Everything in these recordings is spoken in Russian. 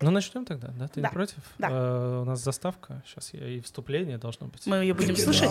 Ну, начнем тогда, да? Ты не Да. против? Да. У нас заставка. Сейчас и вступление должно быть. Мы ее будем слушать?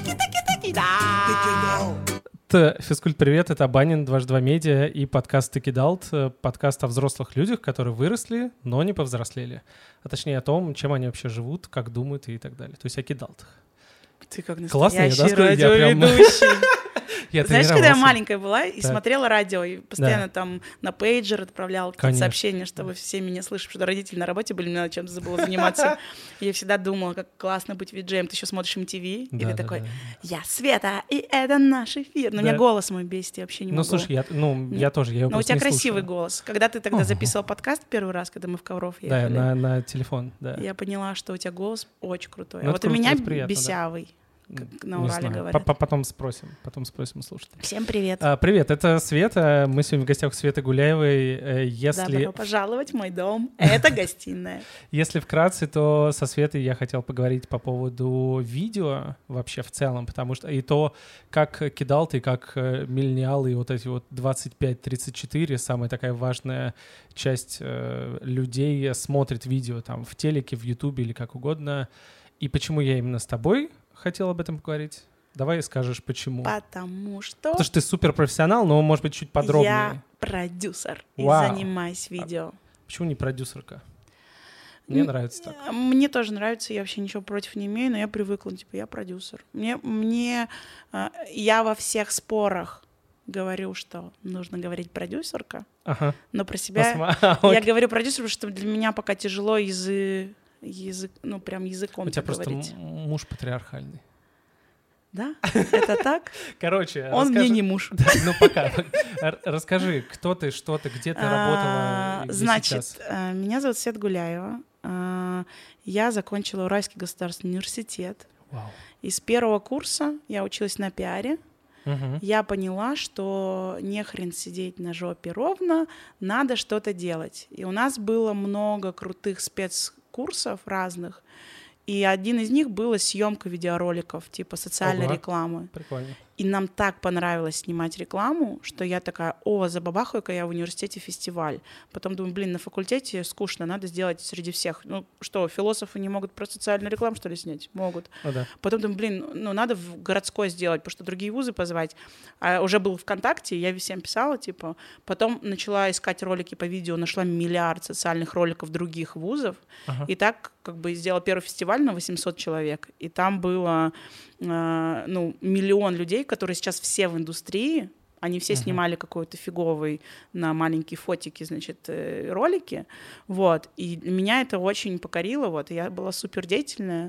Физкульт, привет, это Абанин, 22 медиа и подкаст «Ты кидалт», подкаст о взрослых людях, которые выросли, но не повзрослели. А точнее о том, чем они вообще живут, как думают и так далее. То есть о кидалтах. Ты как Классно, я, да, настоящий скажу? Я прям- радиоведущий. Я Знаешь, когда я тренировался. маленькая была и Так. смотрела радио, и постоянно там на пейджер отправляла какие-то Конечно. сообщения, чтобы все меня слышали, потому что родители на работе были, мне надо чем-то забыла заниматься. И я всегда думала, как классно быть виджеем. Ты еще смотришь MTV, и Да, ты да, такой, да. я Света, и это наш эфир. Но Да. меня голос мой бесит, я вообще не Ну, могу. слушай, я тоже, я его Но у просто тебя не красивый слушаю. голос. Когда ты тогда записывал подкаст первый раз, когда мы в Ковров Да, ехали, на телефон, да. я поняла, что у тебя голос очень крутой. Ну, А это вот у круто, меня это приятно, да. бесявый, как на Не Урале знаю. говорят. Потом спросим у слушателей. Всем привет. Привет, это Света. Мы сегодня в гостях у Светы Гуляевой. Добро пожаловать в мой дом. Это гостиная. Если вкратце, то со Светой я хотел поговорить по поводу видео вообще в целом, потому что и то, как кидалты, как миллениалы, и вот эти вот 25-34, самая такая важная часть людей смотрит видео там в телеке, в Ютубе или как угодно. И почему я именно с тобой хотел об этом поговорить? Давай скажешь, почему. Потому что Потому что ты суперпрофессионал, но, может быть, чуть подробнее. я продюсер и Вау. занимаюсь видео. Почему не продюсерка? Мне нравится так. Мне тоже нравится, я вообще ничего против не имею, но я привыкла, типа, я продюсер. Я во всех спорах говорю, что нужно говорить продюсерка, Ага. но про себя я говорю продюсер, потому что для меня пока тяжело прям языком У тебя просто говорить. муж патриархальный. Да? Это так? Короче, Он мне не муж. Да, ну пока. Расскажи, кто ты, что ты, где ты работала, и где Значит, сейчас? меня зовут Света Гуляева. Я закончила Уральский государственный университет. Вау. И с первого курса я училась на пиаре. Мгм. Я поняла, что не хрен сидеть на жопе ровно, надо что-то делать. И у нас было много крутых спецкурсов разных. И один из них была съемка видеороликов, типа социальной Ого. рекламы. Прикольно. И нам так понравилось снимать рекламу, что я такая, забабахаю-ка я в университете фестиваль. Потом думаю, на факультете скучно, надо сделать среди всех. Ну что, философы не могут про социальную рекламу, что ли, снять? Могут. Ну да. Потом думаю, надо в городской сделать, потому что другие вузы позвать. А уже был ВКонтакте, я всем писала, типа. Потом начала искать ролики по видео, нашла миллиард социальных роликов других вузов. Ага. И так как бы сделала первый фестиваль на 800 человек. И там было миллион людей, которые сейчас все в индустрии. Они все снимали какой-то фиговый на маленькие фотики, значит, ролики. Вот. И меня это очень покорило. Вот. И я была супер деятельная.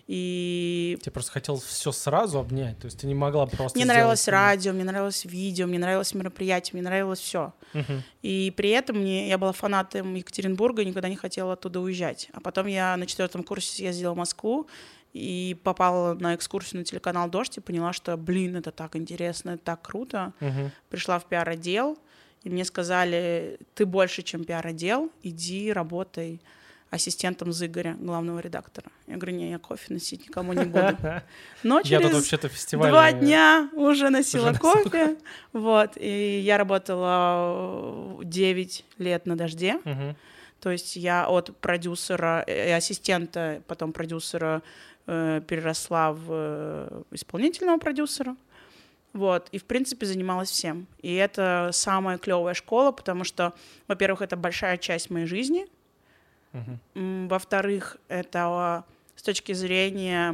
И Тебе просто хотел все сразу обнять, то есть ты не могла просто мне сделать нравилось фильм. радио, мне нравилось видео, мне нравилось мероприятие, мне нравилось все. Мгм. И при этом я была фанатом Екатеринбурга, никогда не хотела оттуда уезжать. А потом я на 4 курсе съездила в Москву и попала на экскурсию на телеканал «Дождь» и поняла, что, это так интересно, это так круто. Мгм. Пришла в пиар-отдел, и мне сказали, ты больше, чем пиар-отдел, иди работай ассистентом Зыгоря, главного редактора. Я говорю, не, я кофе носить никому не буду. Но Я тут через вообще-то фестиваль... 2 дня уже носила Уже кофе. Вот. И я работала 9 лет на «Дожде». Мгм. То есть я от продюсера и ассистента, потом продюсера переросла в исполнительного продюсера. Вот. И, в принципе, занималась всем. И это самая клевая школа, потому что, во-первых, это большая часть моей жизни. Мгм. Во-вторых, это с точки зрения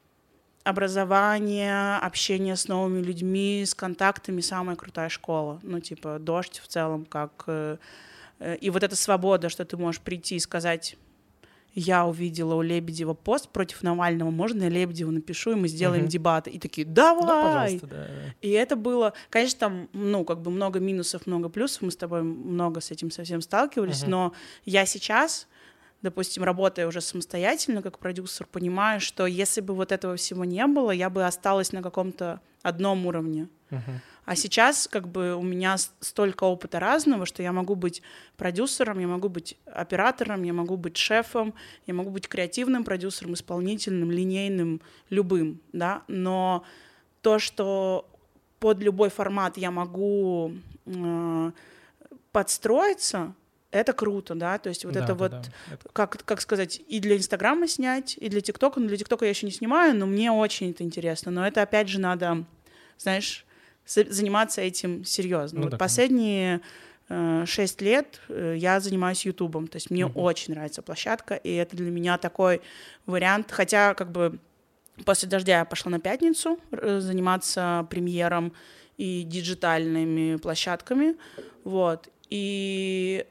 образования, общения с новыми людьми, с контактами самая крутая школа. Ну, типа, «Дождь» в целом, как... И вот эта свобода, что ты можешь прийти и сказать, я увидела у Лебедева пост против Навального, можно я Лебедеву напишу, и мы сделаем дебаты? И такие, давай! Да, пожалуйста, да. И это было, конечно, там, много минусов, много плюсов, мы с тобой много с этим совсем сталкивались, но я сейчас, допустим, работая уже самостоятельно как продюсер, понимаю, что если бы вот этого всего не было, я бы осталась на каком-то одном уровне. А сейчас как бы у меня столько опыта разного, что я могу быть продюсером, я могу быть оператором, я могу быть шефом, я могу быть креативным продюсером, исполнительным, линейным, любым, да, но то, что под любой формат я могу подстроиться, это круто, да, то есть вот Да, это да, вот, да. как сказать, и для Инстаграма снять, и для ТикТока, но для ТикТока я еще не снимаю, но мне очень это интересно, но это, опять же, надо, знаешь, заниматься этим серьезно. Ну Вот да, последние 6 лет я занимаюсь Ютубом, то есть мне очень нравится площадка, и это для меня такой вариант, хотя как бы после «Дождя» я пошла на «Пятницу» заниматься премьером и диджитальными площадками, вот, и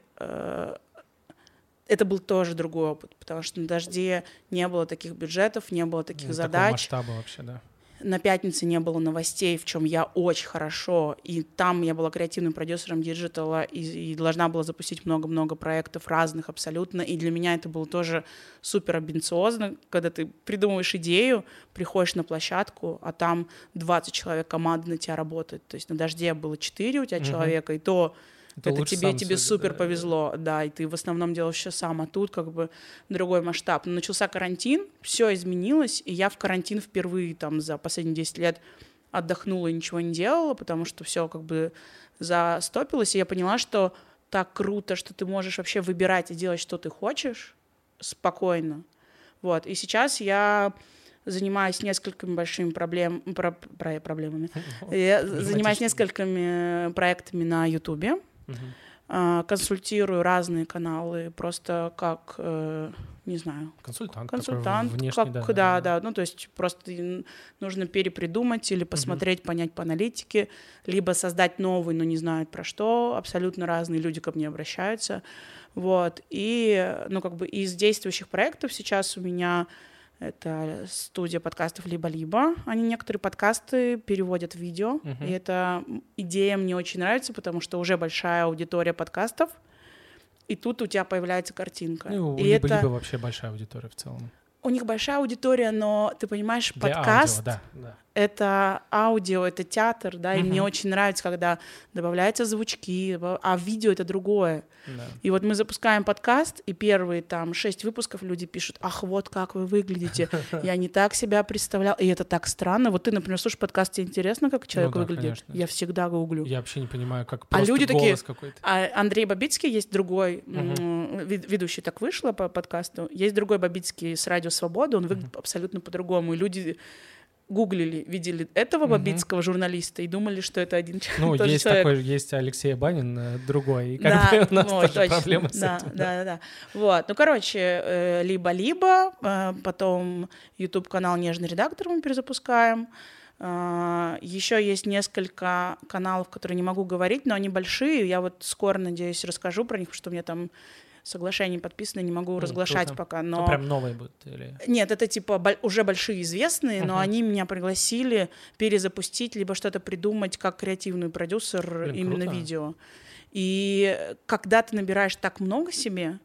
это был тоже другой опыт, потому что на «Дожде» не было таких бюджетов, не было таких задач. Такого масштаба вообще, да. На «Пятнице» не было новостей, в чем я очень хорошо, и там я была креативным продюсером диджитала и должна была запустить много-много проектов разных абсолютно, и для меня это было тоже супер амбициозно, когда ты придумываешь идею, приходишь на площадку, а там 20 человек команды на тебя работает, то есть на «Дожде» было 4 у тебя человека, и то это тебе супер повезло, да, и ты в основном делал все сам, а тут как бы другой масштаб. Но начался карантин, все изменилось, и я в карантин впервые там за последние 10 лет отдохнула и ничего не делала, потому что все как бы застопилось, и я поняла, что так круто, что ты можешь вообще выбирать и делать, что ты хочешь, спокойно. Вот, и сейчас я занимаюсь несколькими большими проблемами. Я занимаюсь несколькими проектами на Ютубе. Консультирую разные каналы, просто как, не знаю... Консультант внешний, как, да. Ну, то есть просто нужно перепридумать или посмотреть, понять по аналитике, либо создать новый, но не знают про что. Абсолютно разные люди ко мне обращаются. Вот. И, ну, как бы из действующих проектов сейчас у меня... Это студия подкастов «Либо-либо». Они некоторые подкасты переводят в видео. И эта идея мне очень нравится, потому что уже большая аудитория подкастов, и тут у тебя появляется картинка. Ну, и «Либо-либо» это... вообще большая аудитория в целом. У них большая аудитория, но, ты понимаешь, Для подкаст аудио, да. Это аудио, это театр, да, и мне очень нравится, когда добавляются звучки, а видео — это другое. Да. И вот мы запускаем подкаст, и первые там 6 выпусков люди пишут: ах, вот как вы выглядите, я не так себя представлял, и это так странно. Вот ты, например, слушаешь подкаст, тебе интересно, как человек выглядит? Конечно. Я всегда гуглю. Я вообще не понимаю, как просто люди голос такие, какой-то. Андрей Бабицкий, есть другой ведущий, так вышло по подкасту, есть другой Бабицкий с «Радио Свобода», он выглядит абсолютно по-другому, и люди гуглили, видели этого Бабицкого журналиста и думали, что это один человек. Ну, есть человек. такой, есть Алексей Банин, другой, и как бы у нас тоже проблемы с этим. Да. Вот, ну, короче, «Либо-либо», потом YouTube-канал «Нежный редактор» мы перезапускаем. Еще есть несколько каналов, которые не могу говорить, но они большие, я вот скоро, надеюсь, расскажу про них, потому что у меня там соглашение подписано, не могу разглашать круто. пока. Но... Ну, прям новые будут? Или... Нет, это типа уже большие известные, но они меня пригласили перезапустить, либо что-то придумать как креативный продюсер именно круто. Видео. И когда ты набираешь так много себе,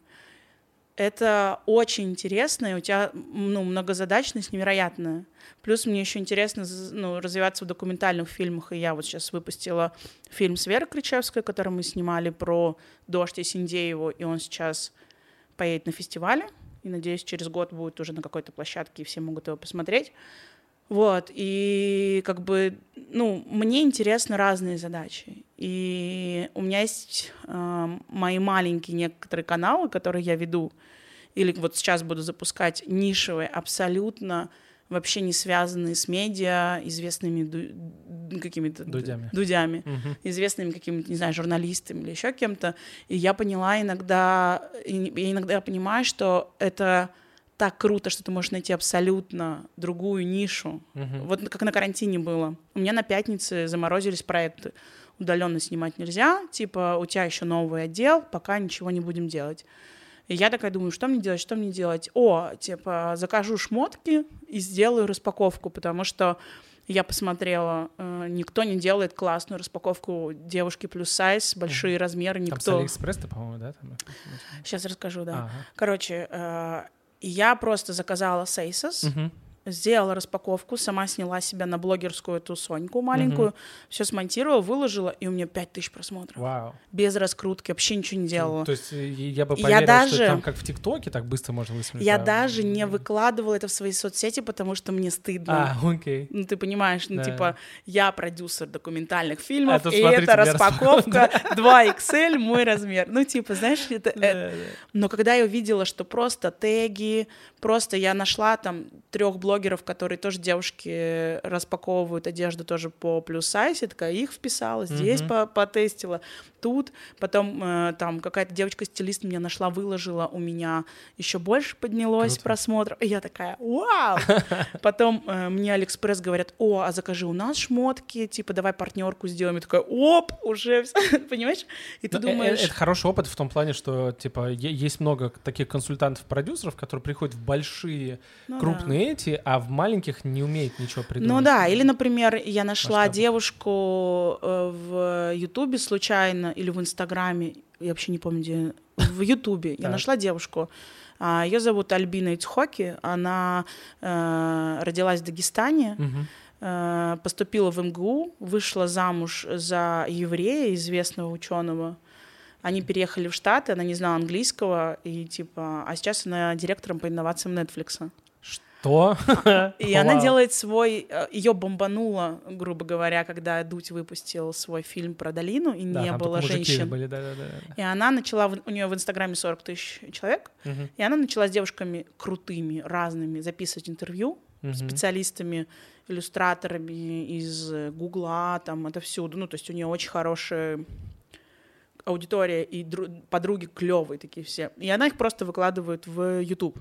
это очень интересно, и у тебя многозадачность невероятная. Плюс мне еще интересно развиваться в документальных фильмах, и я вот сейчас выпустила фильм с Верой Кричевской, который мы снимали про «Дождь» и Синдееву, и он сейчас поедет на фестивале, и, надеюсь, через год будет уже на какой-то площадке, и все могут его посмотреть. Вот, и как бы, мне интересны разные задачи. И у меня есть мои маленькие некоторые каналы, которые я веду, или вот сейчас буду запускать нишевые, абсолютно вообще не связанные с медиа, известными какими-то дудями, известными какими-то, не знаю, журналистами или еще кем-то. И я поняла иногда понимаю, что это так круто, что ты можешь найти абсолютно другую нишу. Вот как на карантине было. У меня на «Пятнице» заморозились проекты. Удаленно снимать нельзя, типа у тебя еще новый отдел, пока ничего не будем делать. И я такая думаю, что мне делать? Закажу шмотки и сделаю распаковку, потому что я посмотрела, никто не делает классную распаковку девушки плюс сайз, большие размеры, никто. Там с Алиэкспресс-то, по-моему, да? Сейчас расскажу, да. Короче, я просто заказала Сейсос, сделала распаковку, сама сняла себя на блогерскую эту Соньку маленькую, все смонтировала, выложила, и у меня 5000 просмотров. Вау. Без раскрутки, вообще ничего не делала. То есть я бы поверил, что там как в ТикТоке так быстро можно высмотреть. Я даже не выкладывала это в свои соцсети, потому что мне стыдно. Окей. Ну, ты понимаешь, ну, Да. типа, я продюсер документальных фильмов, тут и смотрите, это у меня распаковка 2XL, мой размер. Ну, типа, знаешь, Но когда я увидела, что просто теги, просто я нашла там 3 блогеров, которые тоже девушки распаковывают одежду тоже по плюс-сайзе, такая их вписала, здесь потестила, тут. Потом там какая-то девочка-стилист меня нашла, выложила, у меня еще больше поднялось просмотров. И я такая, вау! Потом мне Алиэкспресс говорят, а закажи у нас шмотки, типа, давай партнерку сделаем. Я такая, оп, уже все, понимаешь? И ты думаешь... Это хороший опыт в том плане, что, типа, есть много таких консультантов-продюсеров, которые приходят в большие, крупные эти, а в маленьких не умеют ничего придумать. Ну да, или, например, я нашла девушку в Ютубе случайно или в Инстаграме, я вообще не помню, где, в Ютубе. Я нашла девушку, ее зовут Альбина Ицхоки, она родилась в Дагестане, поступила в МГУ, вышла замуж за еврея, известного ученого. Они переехали в Штаты, она не знала английского, и типа, а сейчас она директором по инновациям Netflix. Что? И она делает свой... Ее бомбануло, грубо говоря, когда Дудь выпустил свой фильм про долину, и не было женщин. Были, да. И она начала... У нее в Инстаграме 40 000 человек, и она начала с девушками крутыми, разными записывать интервью, специалистами, иллюстраторами из Гугла, там, отовсюду. Ну, то есть у нее очень хорошая аудитория, и подруги клевые такие все. И она их просто выкладывает в YouTube.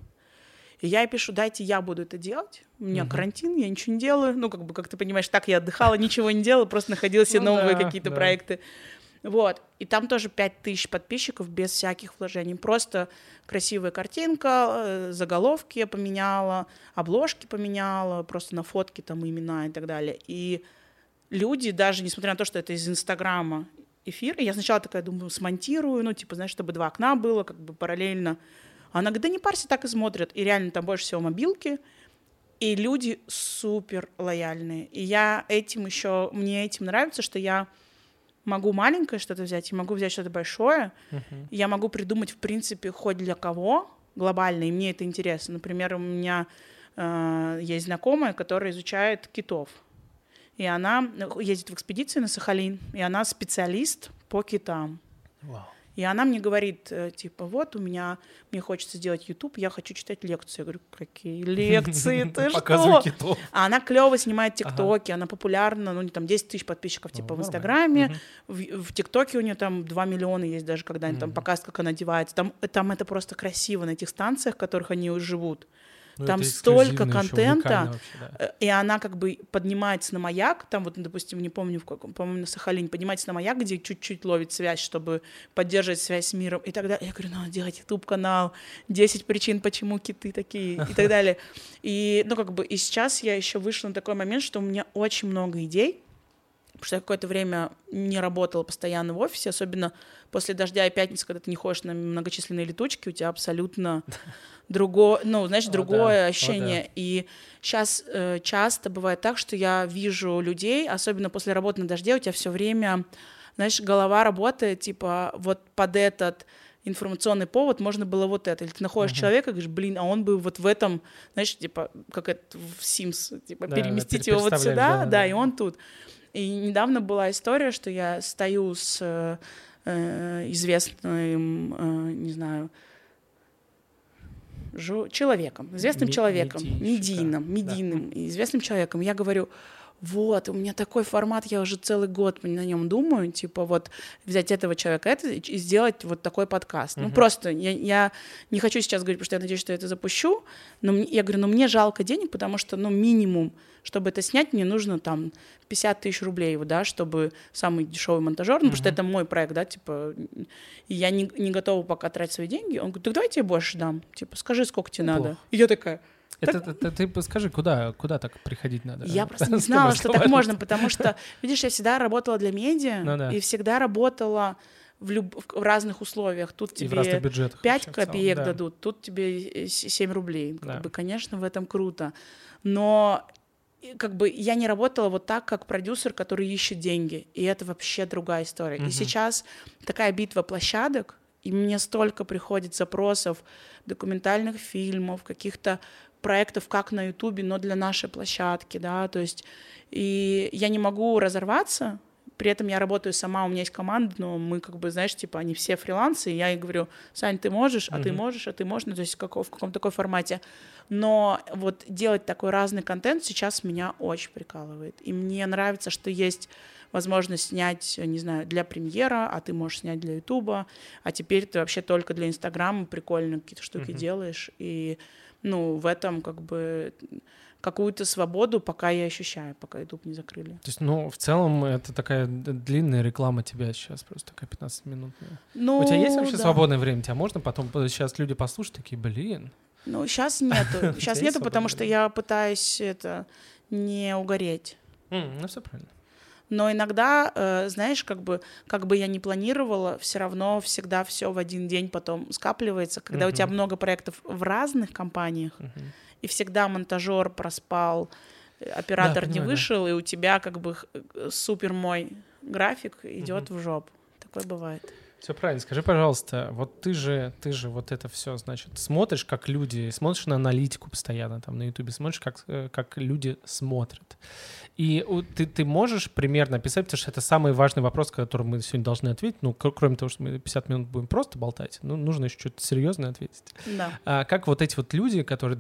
И я ей пишу, дайте я буду это делать. У меня карантин, я ничего не делаю. Ну, как ты понимаешь, так я отдыхала, ничего не делала, просто находила себе новые какие-то проекты. Вот. И там тоже 5000 подписчиков без всяких вложений. Просто красивая картинка, заголовки я поменяла, обложки поменяла, просто на фотки там имена и так далее. И люди, даже несмотря на то, что это из Инстаграма эфир, я сначала такая думаю, смонтирую, ну, типа, знаешь, чтобы 2 окна было, как бы параллельно. Она говорит, да не парься, так и смотрят. И реально там больше всего мобилки. И люди супер лояльные. И мне этим нравится, что я могу маленькое что-то взять, и могу взять что-то большое. Я могу придумать, в принципе, хоть для кого глобально, и мне это интересно. Например, у меня есть знакомая, которая изучает китов. И она ездит в экспедиции на Сахалин, и она специалист по китам. Вау. И она мне говорит, типа, вот мне хочется сделать YouTube, я хочу читать лекции. Я говорю, какие лекции, ты что? Китов. А она клево снимает ТикТоки, она популярна, ну, там 10 000 подписчиков, типа, в Инстаграме, в ТикТоке у нее там 2 миллиона есть даже, когда они там показывают, как она одевается. Там это просто красиво на этих станциях, в которых они живут. Ну, там столько контента, вообще, да. И она как бы поднимается на маяк, там вот, допустим, не помню в каком, по-моему, на Сахалине, поднимается на маяк, где чуть-чуть ловит связь, чтобы поддерживать связь с миром и так далее. Я говорю, надо делать YouTube-канал, 10 причин, почему киты такие и так далее. И, ну, как бы, и сейчас я еще вышла на такой момент, что у меня очень много идей, потому что я какое-то время не работала постоянно в офисе, особенно после дождя и пятницы, когда ты не ходишь на многочисленные летучки, у тебя абсолютно другое, ну, знаешь, другое ощущение. И сейчас часто бывает так, что я вижу людей, особенно после работы на дожде, у тебя все время, знаешь, голова работает, типа, вот под этот информационный повод можно было вот это. Или ты находишь человека и говоришь, блин, а он бы вот в этом, знаешь, типа, как это в Sims, типа, переместить его вот сюда, да, и он тут. И недавно была история, что я стою с известным, не знаю, человеком, известным человеком, медийным, известным человеком. Я говорю, вот, у меня такой формат, я уже целый год на нем думаю, типа вот взять этого человека и сделать вот такой подкаст. Ну просто я не хочу сейчас говорить, потому что я надеюсь, что я это запущу, но я говорю, мне жалко денег, потому что, минимум, чтобы это снять, мне нужно там 50 000 рублей, да, чтобы самый дешевый монтажер, потому что это мой проект, да, типа, и я не готова пока тратить свои деньги. Он говорит, так давай я тебе больше дам, типа, скажи, сколько тебе надо. И я такая... Ты скажи, куда так приходить надо? Я просто не знала, что так можно, потому что, видишь, я всегда работала для медиа и всегда работала в разных условиях. Тут и в разных тебе бюджетах 5 вообще в копеек целом, да. дадут, тут тебе 7 рублей. Да. Как бы, конечно, в этом круто. Но как бы я не работала вот так, как продюсер, который ищет деньги. И это вообще другая история. И сейчас такая битва площадок, и мне столько приходит запросов документальных фильмов, каких-то проектов, как на Ютубе, но для нашей площадки, да, то есть и я не могу разорваться. При этом я работаю сама, у меня есть команда, но мы как бы, знаешь, типа, они все фрилансы, и я ей говорю: Сань, ты можешь, а ты можешь, а ты можешь, ну, то есть в каком такой формате. Но вот делать такой разный контент сейчас меня очень прикалывает. И мне нравится, что есть возможность снять, не знаю, для премьера, а ты можешь снять для Ютуба, а теперь ты вообще только для Инстаграма прикольно какие-то штуки делаешь. И, ну, в этом как бы какую-то свободу пока я ощущаю, пока YouTube не закрыли. То есть, ну, в целом, это такая длинная реклама тебя сейчас, просто такая 15-минутная. Ну, у тебя есть вообще да. свободное время? Тебя можно потом, сейчас люди послушают, такие, блин. Ну, сейчас нету. Сейчас есть нету, потому свободное что время? я пытаюсь не угореть. Ну, все правильно. Но иногда, знаешь, как бы я не планировала, все равно всегда все в один день потом скапливается, когда у тебя много проектов в разных компаниях, и всегда монтажер проспал, оператор не вышел, и у тебя как бы супер мой график идет в жопу. Такое бывает. Все правильно. Скажи, пожалуйста, вот ты же вот это все, значит, смотришь, как люди, смотришь на аналитику постоянно там на Ютубе, смотришь, как люди смотрят. И ты можешь примерно описать, потому что это самый важный вопрос, который мы сегодня должны ответить. Ну, кроме того, что мы 50 минут будем просто болтать, ну, нужно еще что-то серьезное ответить. Да. Как вот эти вот люди, которые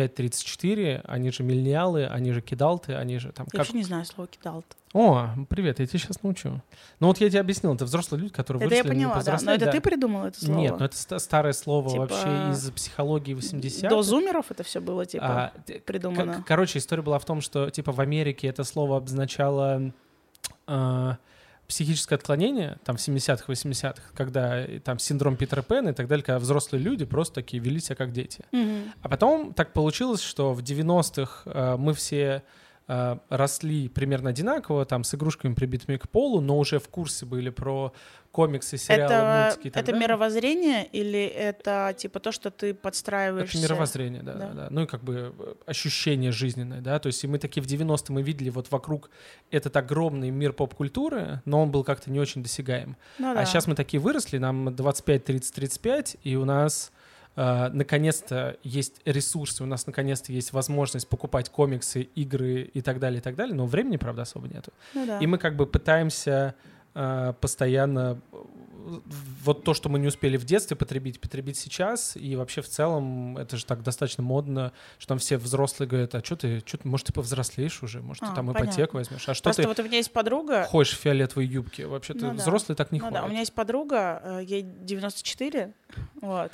25-34, они же миллениалы, они же кидалты, они же там... Я вообще не знаю слово «кидалт». О, привет, я тебя сейчас научу. Ну вот я тебе объяснил, это взрослые люди, которые Это я выросли, поняла, да. Но это ты придумал это слово? Нет, ну это старое слово Типа вообще из психологии 80-х. До зумеров это все было, типа, придумано? Короче, история была в том, что типа в Америке это слово обозначало психическое отклонение, там в 70-х, 80-х, когда там синдром Питера Пэна и так далее, когда взрослые люди просто такие вели себя как дети. А потом так получилось, что в 90-х мы все... росли примерно одинаково, там, с игрушками, прибитыми к полу, но уже в курсе были про комиксы, сериалы, мультики и так далее. Это мировоззрение или это, типа, то, что ты подстраиваешься? Это мировоззрение, да. Ну и как бы ощущение жизненное, да, то есть и мы такие в 90-е мы видели вот вокруг этот огромный мир поп-культуры, но он был как-то не очень досягаем. А сейчас мы такие выросли, нам 25, 30, 35, и у нас... наконец-то есть ресурсы, у нас наконец-то есть возможность покупать комиксы, игры и так далее, но времени, правда, особо нету. И мы как бы пытаемся постоянно вот то, что мы не успели в детстве потребить сейчас, и вообще в целом это же так достаточно модно, что там все взрослые говорят: а что ты, может, ты повзрослеешь уже, может, ты там ипотеку возьмешь, а что просто ты вот у меня есть подруга... ходишь в фиолетовой юбке, вообще ты взрослый так не ходит. Да, у меня есть подруга, ей 94, вот.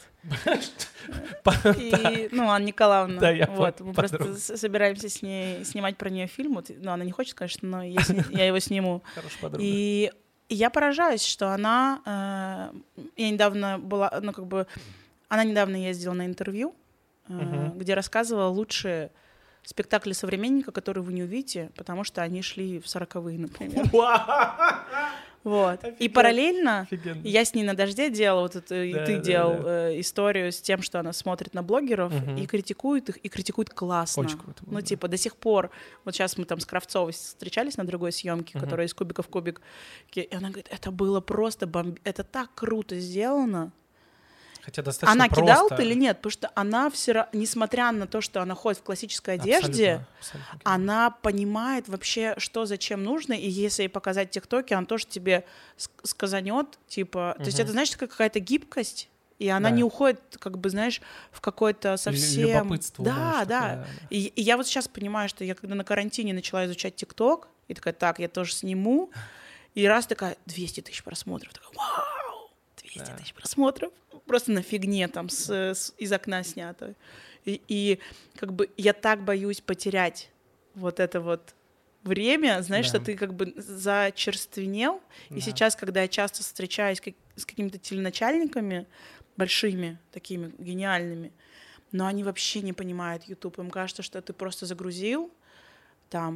И, ну, Анна Николаевна. Да, я вот, мы просто собираемся с ней снимать про нее фильм, но она не хочет, конечно, но я его сниму. Хорошая подруга. И я поражаюсь, что она... Я недавно была... Ну, как бы... Она недавно ездила на интервью, где рассказывала лучшие спектакли современника, которые вы не увидите, потому что они шли в 40-е, например. Вот. И параллельно я с ней на «Дожде» делала, вот это, и ты делал историю с тем, что она смотрит на блогеров и критикует их, и критикует классно. Очень круто. Ну, типа, до сих пор, вот сейчас мы там с Кравцовой встречались на другой съемке, которая из «Кубика в кубик», и она говорит: это было просто это так круто сделано. Хотя достаточно она просто. кидалт или нет? Потому что она все равно, несмотря на то, что она ходит в классической одежде, абсолютно. Она понимает вообще, что зачем нужно, и если ей показать тиктоки, она тоже тебе сказанет, типа... То есть это, знаешь, какая-то гибкость, и она не уходит, как бы, знаешь, в какое-то совсем... Любопытство. Да. И я вот сейчас понимаю, что я когда на карантине начала изучать тикток, и такая: так, я тоже сниму, и раз такая 200 тысяч просмотров, такая: вау! 200 тысяч просмотров. Просто на фигне там из окна снято. И как бы я так боюсь потерять вот это вот время, знаешь, что ты как бы зачерственел. И сейчас, когда я часто встречаюсь с какими-то теленачальниками большими, такими гениальными, но они вообще не понимают YouTube. Им кажется, что ты просто загрузил там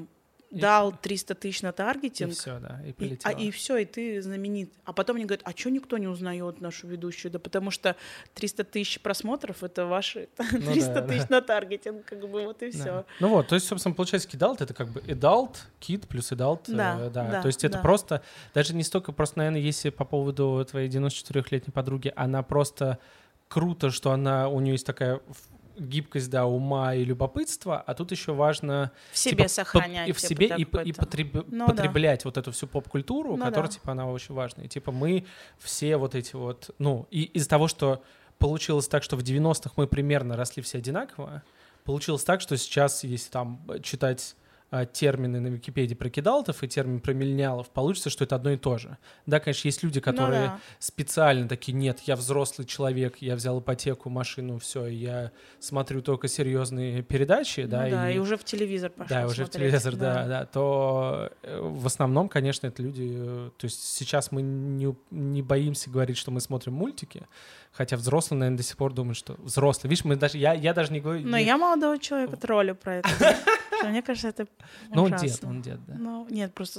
дал 300 тысяч на И таргетинг, все, да, и полетело. и все, и ты знаменит. А потом мне говорят, а что никто не узнает нашу ведущую? Да потому что 300 тысяч просмотров — это ваши 300 тысяч на таргетинг, как бы вот и все. Ну вот, то есть, собственно, получается, кидалт — это как бы adult, kid плюс adult, да. То есть это просто, даже не столько просто, наверное, если по поводу твоей 94-летней подруги, она просто круто, что у нее есть такая гибкость, да, ума и любопытства, а тут еще важно в себе сохранять. И в себе, и потреблять вот эту всю поп-культуру, которая, типа, она очень важна. И, типа, мы все вот эти вот, и из-за того, что получилось так, что в 90-х мы примерно росли все одинаково, получилось так, что сейчас, если там читать термины на Википедии про кидалтов и термин про миллениалов, получится, что это одно и то же. Да, конечно, есть люди, которые специально такие: нет, я взрослый человек, я взял ипотеку, машину, все, я смотрю только серьезные передачи, и уже в телевизор пошел смотреть. Уже в телевизор, да, то в основном, конечно, это люди, то есть сейчас мы не боимся говорить, что мы смотрим мультики, хотя взрослые, наверное, до сих пор думают, что взрослые. Видишь, я даже не говорю... Но я молодого человека троллю про это. Мне кажется, это ужасно. Он дед, да. Нет, просто...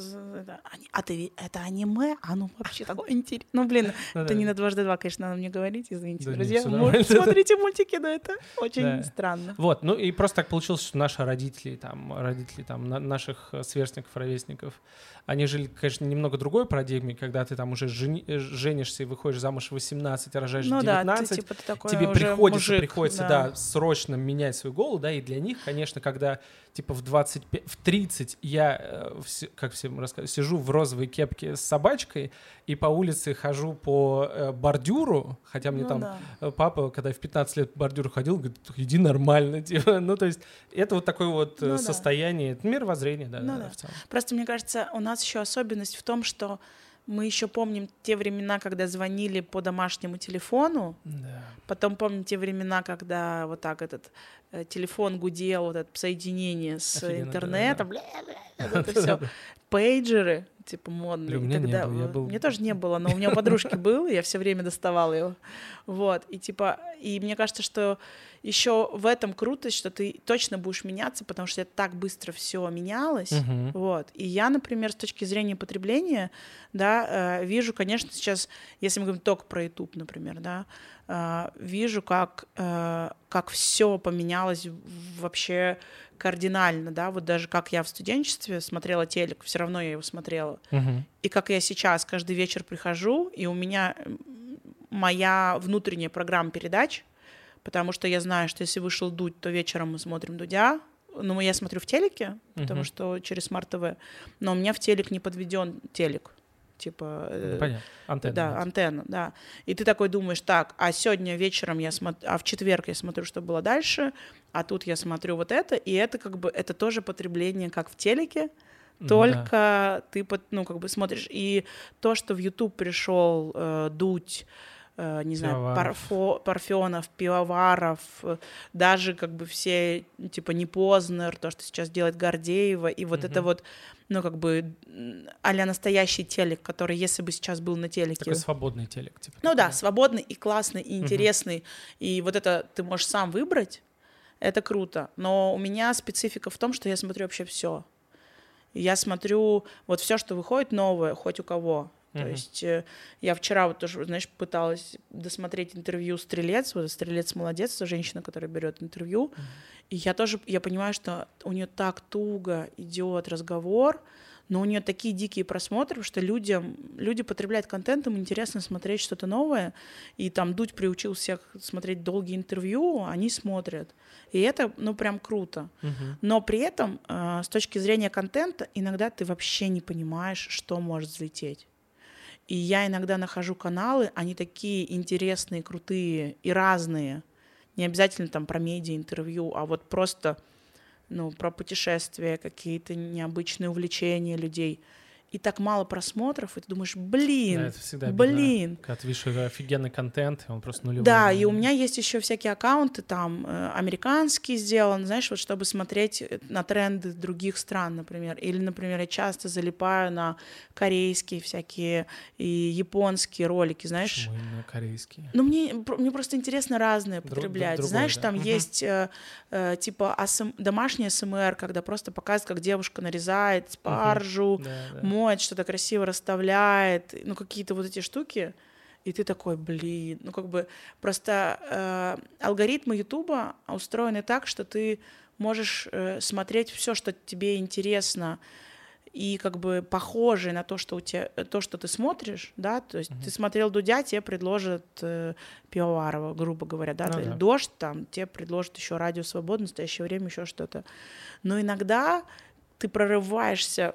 Это аниме? Оно вообще такое интересное. Это не на 2x2, конечно, надо мне говорить, извините, друзья. Смотрите мультики, но это очень странно. Вот, и просто так получилось, что наши родители наших сверстников, ровесников, они жили, конечно, немного другой парадигме, когда ты там уже женишься и выходишь замуж в 18, рожаешь в 19, тебе приходится срочно менять свою голову, да, и для них, конечно, когда типа в 30 я, как всем рассказываю, сижу в розовой кепке с собачкой и по улице хожу по бордюру, хотя мне папа, когда я в 15 лет по бордюру ходил, говорит: иди нормально, типа. То есть это вот такое вот состояние, это мировоззрение, в целом. Просто, мне кажется, у нас еще особенность в том, что мы еще помним те времена, когда звонили по домашнему телефону. Да. Потом помним те времена, когда вот так этот телефон гудел, вот это соединение с интернетом. Это все. Пейджеры, типа, модные. Мне тоже не было, но у меня у подружки был, и я все время доставала его. Вот. И мне кажется, что еще в этом крутость, что ты точно будешь меняться, потому что это так быстро все менялось. Вот. И я, например, с точки зрения потребления, вижу, конечно, сейчас, если мы говорим только про YouTube, например, вижу, как все поменялось вообще кардинально, вот даже как я в студенчестве смотрела телек, все равно я его смотрела. И как я сейчас каждый вечер прихожу, и у меня моя внутренняя программа передач, потому что я знаю, что если вышел Дудь, то вечером мы смотрим Дудя. Я смотрю в телеке, потому что через Smart TV, но у меня в телек не подведен телек. Типа, понятно. Антенна. Да, антенна, да. И ты такой думаешь: так, а сегодня вечером а в четверг я смотрю, что было дальше, а тут я смотрю вот это, и это как бы, это тоже потребление, как в телеке, только ты смотришь. И то, что в YouTube пришел Дудь, не знаю, Парфенов, Пивоваров, даже как бы все, типа, не Познер, то, что сейчас делает Гордеева, и вот это вот, а-ля настоящий телек, который, если бы сейчас был на телеке... Такой свободный телек. Типа, свободный и классный, и интересный, и вот это ты можешь сам выбрать, это круто. Но у меня специфика в том, что я смотрю вообще все. Я смотрю вот все, что выходит новое, хоть у кого. То есть я вчера вот тоже, знаешь, пыталась досмотреть интервью «Стрелец». Вот «Стрелец молодец», это женщина, которая берет интервью. И я понимаю, что у нее так туго идет разговор, но у нее такие дикие просмотры, что люди потребляют контент, им интересно смотреть что-то новое. И там Дудь приучил всех смотреть долгие интервью, они смотрят. И это, прям круто. Но при этом, с точки зрения контента, иногда ты вообще не понимаешь, что может взлететь. И я иногда нахожу каналы, они такие интересные, крутые и разные. Не обязательно там про медиа, интервью, а вот просто про путешествия, какие-то необычные увлечения людей. и так мало просмотров, и ты думаешь, блин, Да, это всегда блин. обидно, когда ты видишь офигенный контент, и он просто нулевой. Да, и у меня есть еще всякие аккаунты, там, американские сделаны, знаешь, вот чтобы смотреть на тренды других стран, например. Или, например, я часто залипаю на корейские всякие и японские ролики, знаешь. Почему именно корейские? Ну, мне просто интересно разные потреблять. Другое, Знаешь, да. там есть типа домашний СМР, когда просто показывают, как девушка нарезает спаржу, моет, что-то красиво расставляет, ну, какие-то вот эти штуки. И ты такой, блин, ну, как бы просто алгоритмы Ютуба устроены так, что ты можешь смотреть все, что тебе интересно, и как бы похожие на то, что у тебя, то, что ты смотришь, да, то есть ты смотрел Дудя, тебе предложат Пивоварова, грубо говоря, да, или Дождь, там, тебе предложат еще Радио Свобода, в настоящее время еще что-то. Но иногда ты прорываешься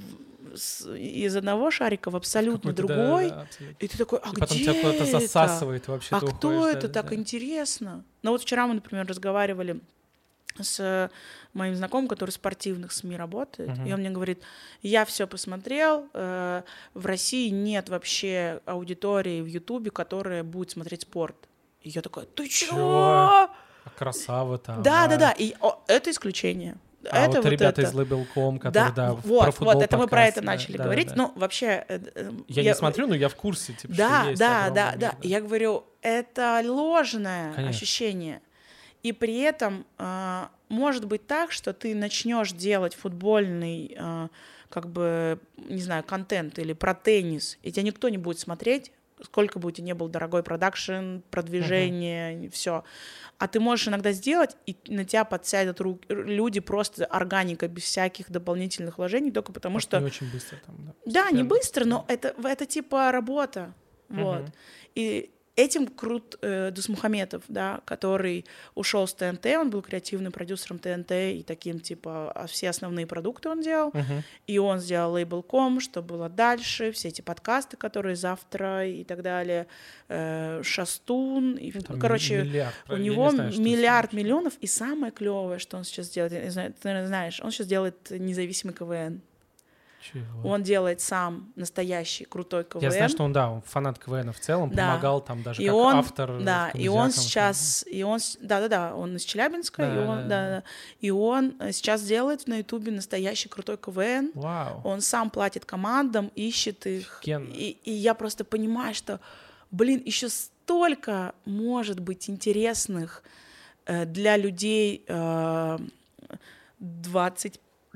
из одного шарика в абсолютно другой, абсолютно. И ты такой, а где потом тебя куда-то засасывает вообще. А кто это так интересно? Ну вот вчера мы, например, разговаривали с моим знакомым, который в спортивных СМИ работает, и он мне говорит, я все посмотрел, в России нет вообще аудитории в Ютубе, которая будет смотреть спорт. И я такая, ты чего? Красава там. Да, и это исключение. А это вот ребята из Label.com, которые, про футбол вот это мы про это начали говорить. Да. Ну, вообще... Я не смотрю, но я в курсе, типа, да, что есть. Да. Я говорю, это ложное ощущение. И при этом может быть так, что ты начнешь делать футбольный, как бы, не знаю, контент или про теннис, и тебя никто не будет смотреть, сколько бы у тебя ни был дорогой продакшн, продвижение, все. А ты можешь иногда сделать, и на тебя подсядут люди просто органика, без всяких дополнительных вложений, только потому что... Не очень быстро там, да. Да, не быстро, но это типа работа. Вот. И этим крут Дусмухаметов, да, который ушел с ТНТ, он был креативным продюсером ТНТ, и таким, типа, все основные продукты он делал, и он сделал Label.com, что было дальше, все эти подкасты, которые завтра и так далее, Шастун, и, короче, у него миллиард миллионов, и самое клевое, что он сейчас делает, я не знаю, ты, наверное, знаешь, он сейчас делает независимый КВН. Чего? Он делает сам настоящий крутой КВН. Я знаю, что он фанат КВН в целом, помогал там даже как автор. Да, и он сейчас, он из Челябинска, и он сейчас делает на Ютубе настоящий крутой КВН. Вау. Он сам платит командам, ищет их. Офигенно. И я просто понимаю, что, блин, еще столько может быть интересных для людей 20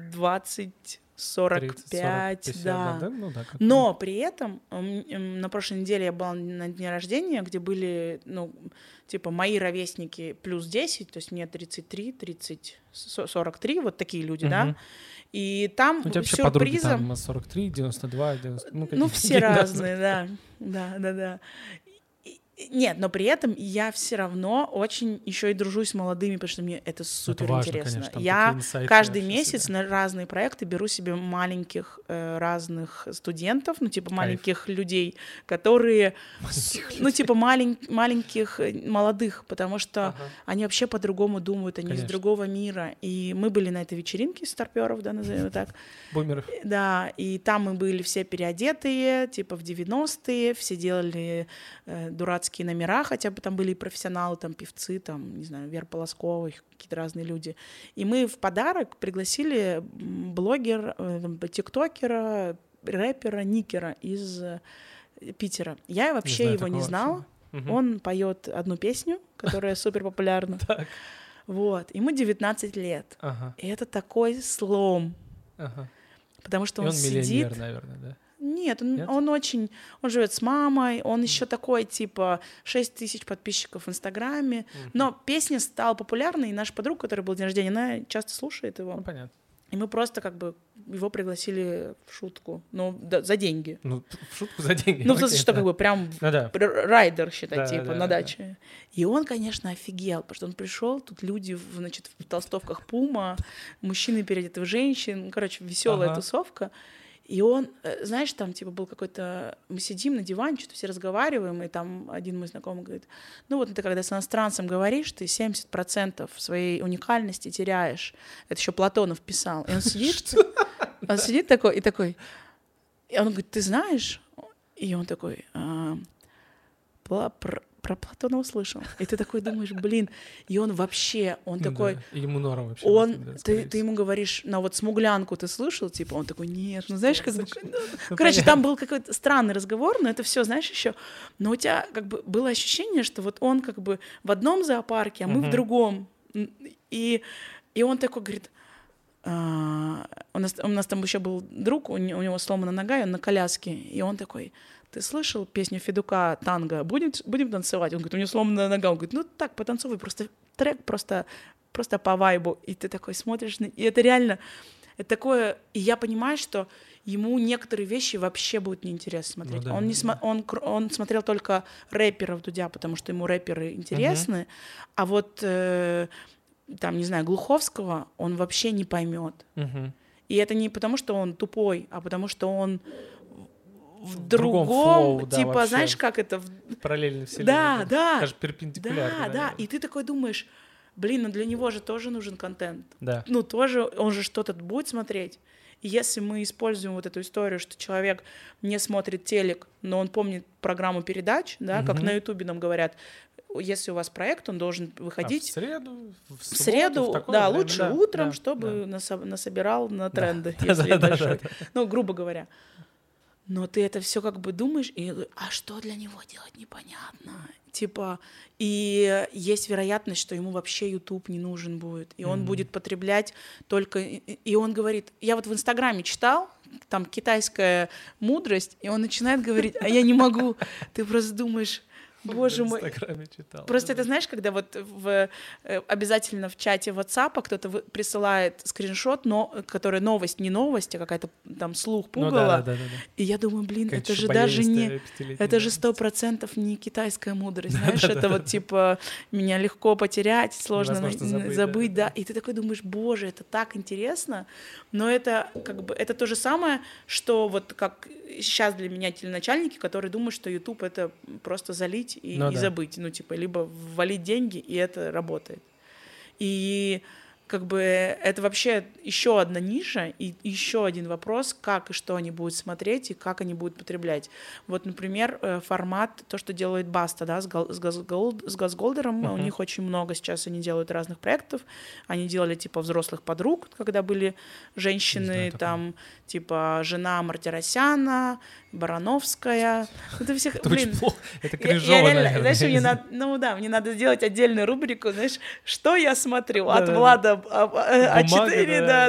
45, 50, да. Ну, да, но при этом на прошлой неделе я была на дне рождения, где были, ну, типа, мои ровесники плюс 10, то есть мне 33, 30, 43, вот такие люди, да. И там сюрпризом... Там 43, 92, 90... Ну, все разные, да. Нет, но при этом я все равно очень еще и дружусь с молодыми, потому что мне это супер интересно. Я каждый месяц на разные проекты беру себе маленьких разных студентов, ну, типа маленьких людей, которые, ну, типа маленьких молодых, потому что они вообще по-другому думают, они из другого мира. И мы были на этой вечеринке старпёров, да, назовем так. Бумеров. Да, и там мы были все переодетые, типа в 90-е, все делали дурацкие номера, хотя бы там были и профессионалы, там певцы, там, не знаю, Вера Полоскова, какие-то разные люди. И мы в подарок пригласили блогера, тиктокера, рэпера, никера из Питера. Я вообще его не знала. Он поет одну песню, которая супер популярна. Вот. Ему 19 лет. И это такой слом. Потому что он сидит... миллионер, наверное, да? Нет, он живет с мамой, он еще такой, типа, 6 тысяч подписчиков в Инстаграме, но песня стала популярной, и наша подруга, которая был день рождения, она часто слушает его. Ну, понятно. И мы просто, как бы, его пригласили в шутку, ну, за деньги. Ну, в шутку за деньги. Ну, в смысле, что, как бы, прям райдер, считай, типа, на даче. И он, конечно, офигел, потому что он пришел, тут люди, значит, в толстовках Пума, мужчины переодеты в женщин, короче, веселая тусовка. И он, знаешь, там, типа, был какой-то... Мы сидим на диване, что-то все разговариваем, и там один мой знакомый говорит, ну вот ты когда с иностранцем говоришь, ты 70% своей уникальности теряешь. Это еще Платонов писал. И он сидит такой, И он говорит, ты знаешь? И он такой, про Платона услышал. И ты такой думаешь, блин, и он вообще, он такой... Да. И ему норм вообще. Ты ему говоришь, ну вот «Смуглянку» ты слышал? Типа, он такой, нет, ну знаешь, как бы... Короче, там был какой-то странный разговор, но это все, знаешь, еще. Но у тебя как бы было ощущение, что вот он как бы в одном зоопарке, а мы в другом. И он такой говорит... У нас там еще был друг, у него сломана нога, и он на коляске, и он такой, ты слышал песню Федука «Танго»? Будем танцевать? Он говорит, у него сломанная нога. Он говорит, ну так, потанцуй, просто трек, просто по вайбу. И ты такой смотришь, и это реально, это такое, и я понимаю, что ему некоторые вещи вообще будут неинтересно смотреть. Ну, да. Он смотрел только рэперов Дудя, потому что ему рэперы интересны, а вот... там, не знаю, Глуховского он вообще не поймет. И это не потому, что он тупой, а потому что он в другом флоу, типа, да, знаешь, как это... Параллельно вселенной. Да. Даже перпендикулярно. Да. И ты такой думаешь, блин, ну для него же тоже нужен контент. Да. Ну тоже, он же что-то будет смотреть. И если мы используем вот эту историю, что человек не смотрит телек, но он помнит программу передач, да, как на Ютубе нам говорят, если у вас проект, он должен выходить в среду, в среду, в да, время, лучше утром, чтобы насобирал на тренды, если большой. Ну, грубо говоря. Но ты это все как бы думаешь, и а что для него делать, непонятно. Типа, и есть вероятность, что ему вообще YouTube не нужен будет, и он будет потреблять только... И он говорит, я вот в Инстаграме читал, там китайская мудрость, и он начинает говорить, а я не могу. Ты просто думаешь... Боже мой. Читал. Просто это знаешь, когда вот обязательно в чате WhatsApp кто-то присылает скриншот, который новость, не новость, а какая-то там слух пугала. Да. И я думаю, блин, это же даже не... Это же 100% не китайская мудрость, знаешь? Это вот типа меня легко потерять, сложно забыть, да. И ты такой думаешь, боже, это так интересно. Но это как бы это то же самое, что вот как сейчас для меня теленачальники, которые думают, что YouTube — это просто залить и забыть, ну, типа, либо ввалить деньги, и это работает. И как бы это вообще еще одна ниша и еще один вопрос, как и что они будут смотреть и как они будут потреблять. Вот, например, формат, то, что делает Баста, да, с Газголдером, у них очень много сейчас они делают разных проектов, они делали типа взрослых подруг, когда были женщины, там, типа жена Мартиросяна, Барановская. Это всех, это блин, очень плохо, это кринжово, наверное. Знаешь, мне надо сделать отдельную рубрику, знаешь, что я смотрю от Влада А4,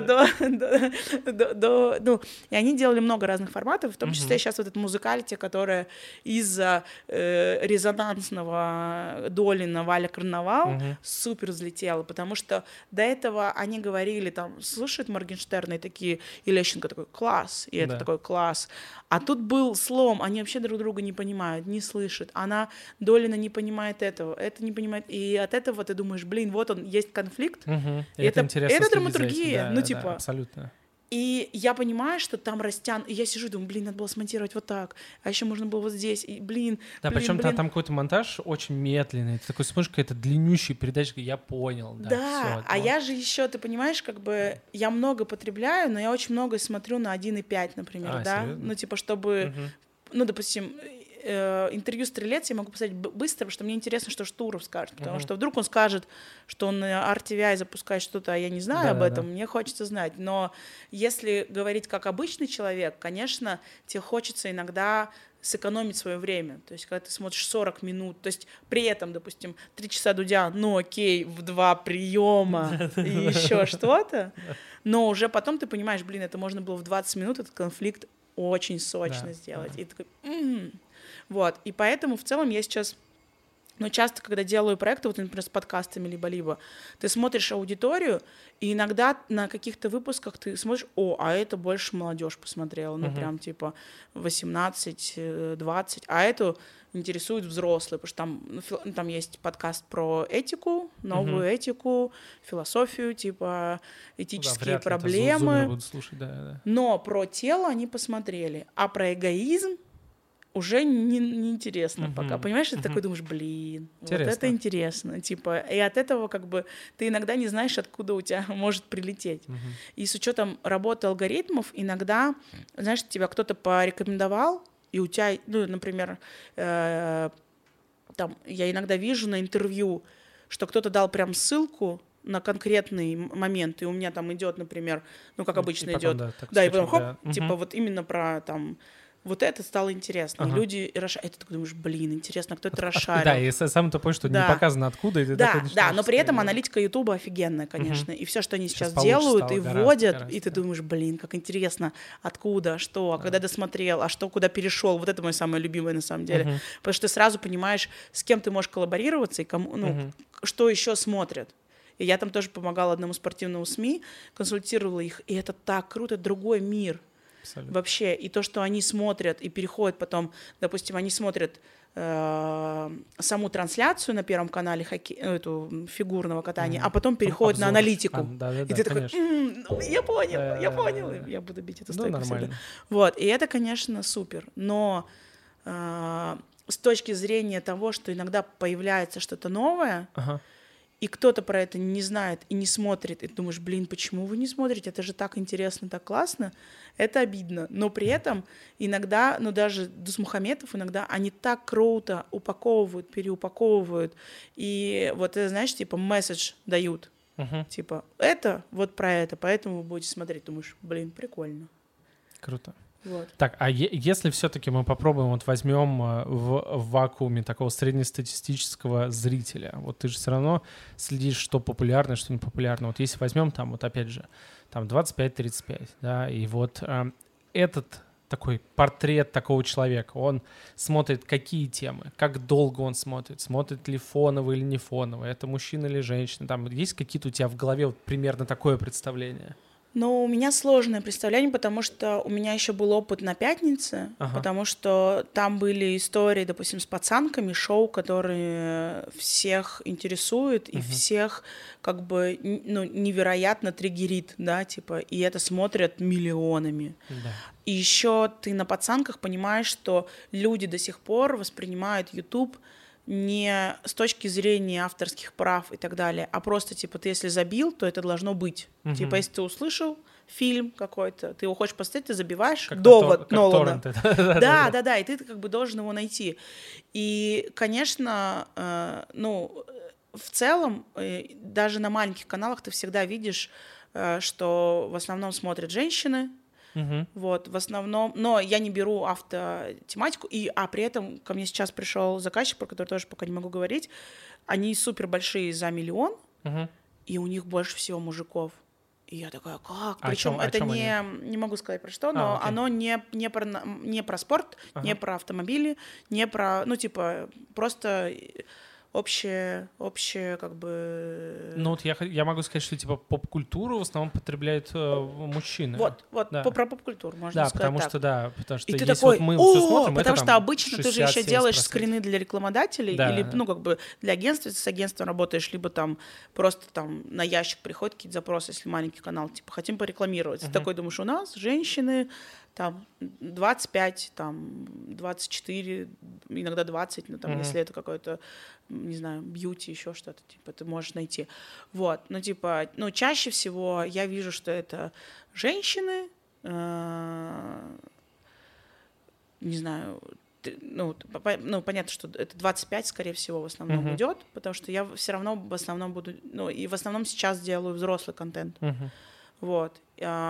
ну, и они делали много разных форматов, в том числе сейчас вот эта музыкальти, которая из-за резонансного Долина Валя Карнавал супер взлетела, потому что до этого они говорили, там, слушают Моргенштерна и такие, и Лещенко такой, класс, и это такой класс, а тут был слом, они вообще друг друга не понимают, не слышат, Долина не понимает этого, это не понимает, и от этого ты думаешь, блин, вот он, есть конфликт, это интересно. Это драматургия, да, типа. Да, абсолютно. И я понимаю, что там и я сижу и думаю, блин, надо было смонтировать вот так, а еще можно было вот здесь, и Да, причем там какой-то монтаж очень медленный, ты такой смотришь, какая-то длиннющая передача, я понял, да. Всё, я же еще, ты понимаешь, как бы я много потребляю, но я очень много смотрю на 1.5, например, да, серьезно? ну типа чтобы, ну допустим, интервью «Стрелец» я могу писать быстро, потому что мне интересно, что Штуров скажет, потому что вдруг он скажет, что он на RTVI запускает что-то, а я не знаю об этом, мне хочется знать, но если говорить как обычный человек, конечно, тебе хочется иногда сэкономить свое время, то есть когда ты смотришь 40 минут, то есть при этом, допустим, 3 часа Дудя, ну окей, в 2 приема и еще что-то, но уже потом ты понимаешь, блин, это можно было в 20 минут этот конфликт очень сочно сделать, и ты такой... Вот, и поэтому в целом я сейчас, ну, часто, когда делаю проекты, вот, например, с подкастами либо-либо, ты смотришь аудиторию, и иногда на каких-то выпусках ты смотришь, а это больше молодежь посмотрела, ну, прям типа 18-20, а эту интересуют взрослые, потому что там есть подкаст про этику, новую этику, философию, типа этические проблемы. Будут слушать, да. Но про тело они посмотрели, а про эгоизм уже неинтересно пока. Понимаешь, ты такой думаешь, блин, интересно. Вот это интересно. Типа, и от этого как бы ты иногда не знаешь, откуда у тебя может прилететь. И с учетом работы алгоритмов иногда, знаешь, тебя кто-то порекомендовал, и у тебя, ну, например, там, я иногда вижу на интервью, что кто-то дал прям ссылку на конкретный момент, и у меня там идет, например, ну, как обычно идет, да, и потом хоп, типа вот именно про там вот это стало интересно. И люди расшарили. И ты думаешь, блин, интересно, кто это расшарил. Да, и самое тупое, что не показано откуда. И ты такой начинаешь. Да, но при этом аналитика Ютуба офигенная, конечно. И все, что они сейчас делают и вводят, и ты думаешь, блин, как интересно, откуда, что, а когда досмотрел, а что, куда перешел. Вот это мое самое любимое на самом деле. Потому что ты сразу понимаешь, с кем ты можешь коллаборироваться и кому, ну, что еще смотрят. И я там тоже помогала одному спортивному СМИ, консультировала их, и это так круто, это другой мир. Абсолютно. Вообще, и то, что они смотрят и переходят потом, допустим, они смотрят саму трансляцию на Первом канале эту фигурного катания, а потом переходят на аналитику. И ты такой, я понял, я буду бить эту стойку всегда. Вот, и это, конечно, супер. Но с точки зрения того, что иногда появляется что-то новое, и кто-то про это не знает и не смотрит, и ты думаешь, блин, почему вы не смотрите? Это же так интересно, так классно. Это обидно. Но при этом иногда, ну даже Дусмухаметов иногда, они так круто упаковывают, переупаковывают. И вот это, знаешь, типа месседж дают. Типа, это вот про это, поэтому вы будете смотреть. Думаешь, блин, прикольно. Круто. Вот. Так, а если все-таки мы попробуем, вот возьмем в вакууме такого среднестатистического зрителя, вот ты же все равно следишь, что популярно, что не популярно. Вот если возьмем там, вот опять же, там 25-35, да, и вот этот такой портрет такого человека, он смотрит какие темы, как долго он смотрит ли фоново или не фоново, это мужчина или женщина, там есть какие-то у тебя в голове вот примерно такое представление? Но у меня сложное представление, потому что у меня еще был опыт на «Пятнице», потому что там были истории, допустим, с пацанками, шоу, которые всех интересует и всех как бы ну, невероятно триггерит, да, типа, и это смотрят миллионами. Да. И еще ты на пацанках понимаешь, что люди до сих пор воспринимают YouTube не с точки зрения авторских прав и так далее, а просто, типа, ты если забил, то это должно быть. Типа, если ты услышал фильм какой-то, ты его хочешь посмотреть, ты забиваешь как довод Нолана. Да, и ты как бы должен его найти. И, конечно, ну, в целом, даже на маленьких каналах ты всегда видишь, что в основном смотрят женщины, вот, в основном, но я не беру автотематику, при этом ко мне сейчас пришел заказчик, про который тоже пока не могу говорить, они супер большие за 1 миллион, и у них больше всего мужиков. И я такая, как? Причем это не могу сказать про что, но оно не про спорт, не про автомобили, не про, ну, типа, просто общее, как бы... Ну, вот я могу сказать, что, типа, поп-культуру в основном потребляют мужчины. Вот, да. Про поп-культуру можно сказать потому что и если ты такой, вот мы все смотрим, потому это, что там, обычно ты же еще делаешь скрины для рекламодателей, или, ну, как бы для агентства, если с агентством работаешь, либо там просто там на ящик приходят какие-то запросы, если маленький канал, типа, хотим порекламировать. Ты такой думаешь, у нас женщины там 25, там 24, иногда 20, ну, там, если это какой-то, не знаю, бьюти, еще что-то, типа, ты можешь найти. Вот, ну, типа, ну, чаще всего я вижу, что это женщины, не знаю, ну, понятно, что это 25, скорее всего, в основном идет, потому что я все равно в основном буду, ну, и в основном сейчас делаю взрослый контент. Вот.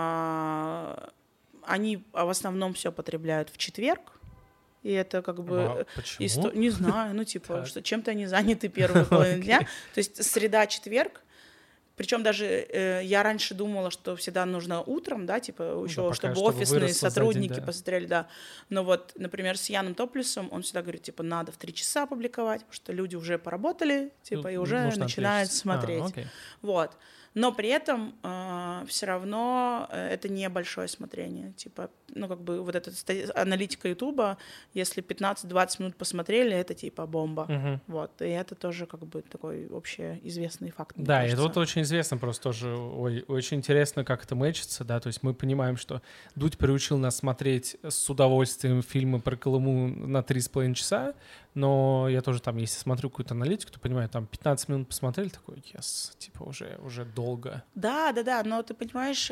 Они в основном все потребляют в четверг, и это как бы... Почему? Не знаю, ну типа, что чем-то они заняты первую половину дня. То есть среда-четверг. Причем даже я раньше думала, что всегда нужно утром, да, типа еще, чтобы офисные сотрудники посмотрели, да. Но вот, например, с Яном Топлесом он всегда говорит, типа, надо в 3 часа публиковать, потому что люди уже поработали, типа, и уже начинают смотреть. Вот. Но при этом все равно это небольшое смотрение. Типа ну, как бы вот эта аналитика Ютуба, если 15-20 минут посмотрели, это типа бомба. Вот, и это тоже как бы такой общеизвестный факт. Да, и это вот очень известно просто тоже, очень интересно, как это мэчится, да, то есть мы понимаем, что Дудь приучил нас смотреть с удовольствием фильмы про Колыму на 3,5 часа, но я тоже там, если смотрю какую-то аналитику, то понимаю, там 15 минут посмотрели, такой, типа уже долго. Да, но ты понимаешь...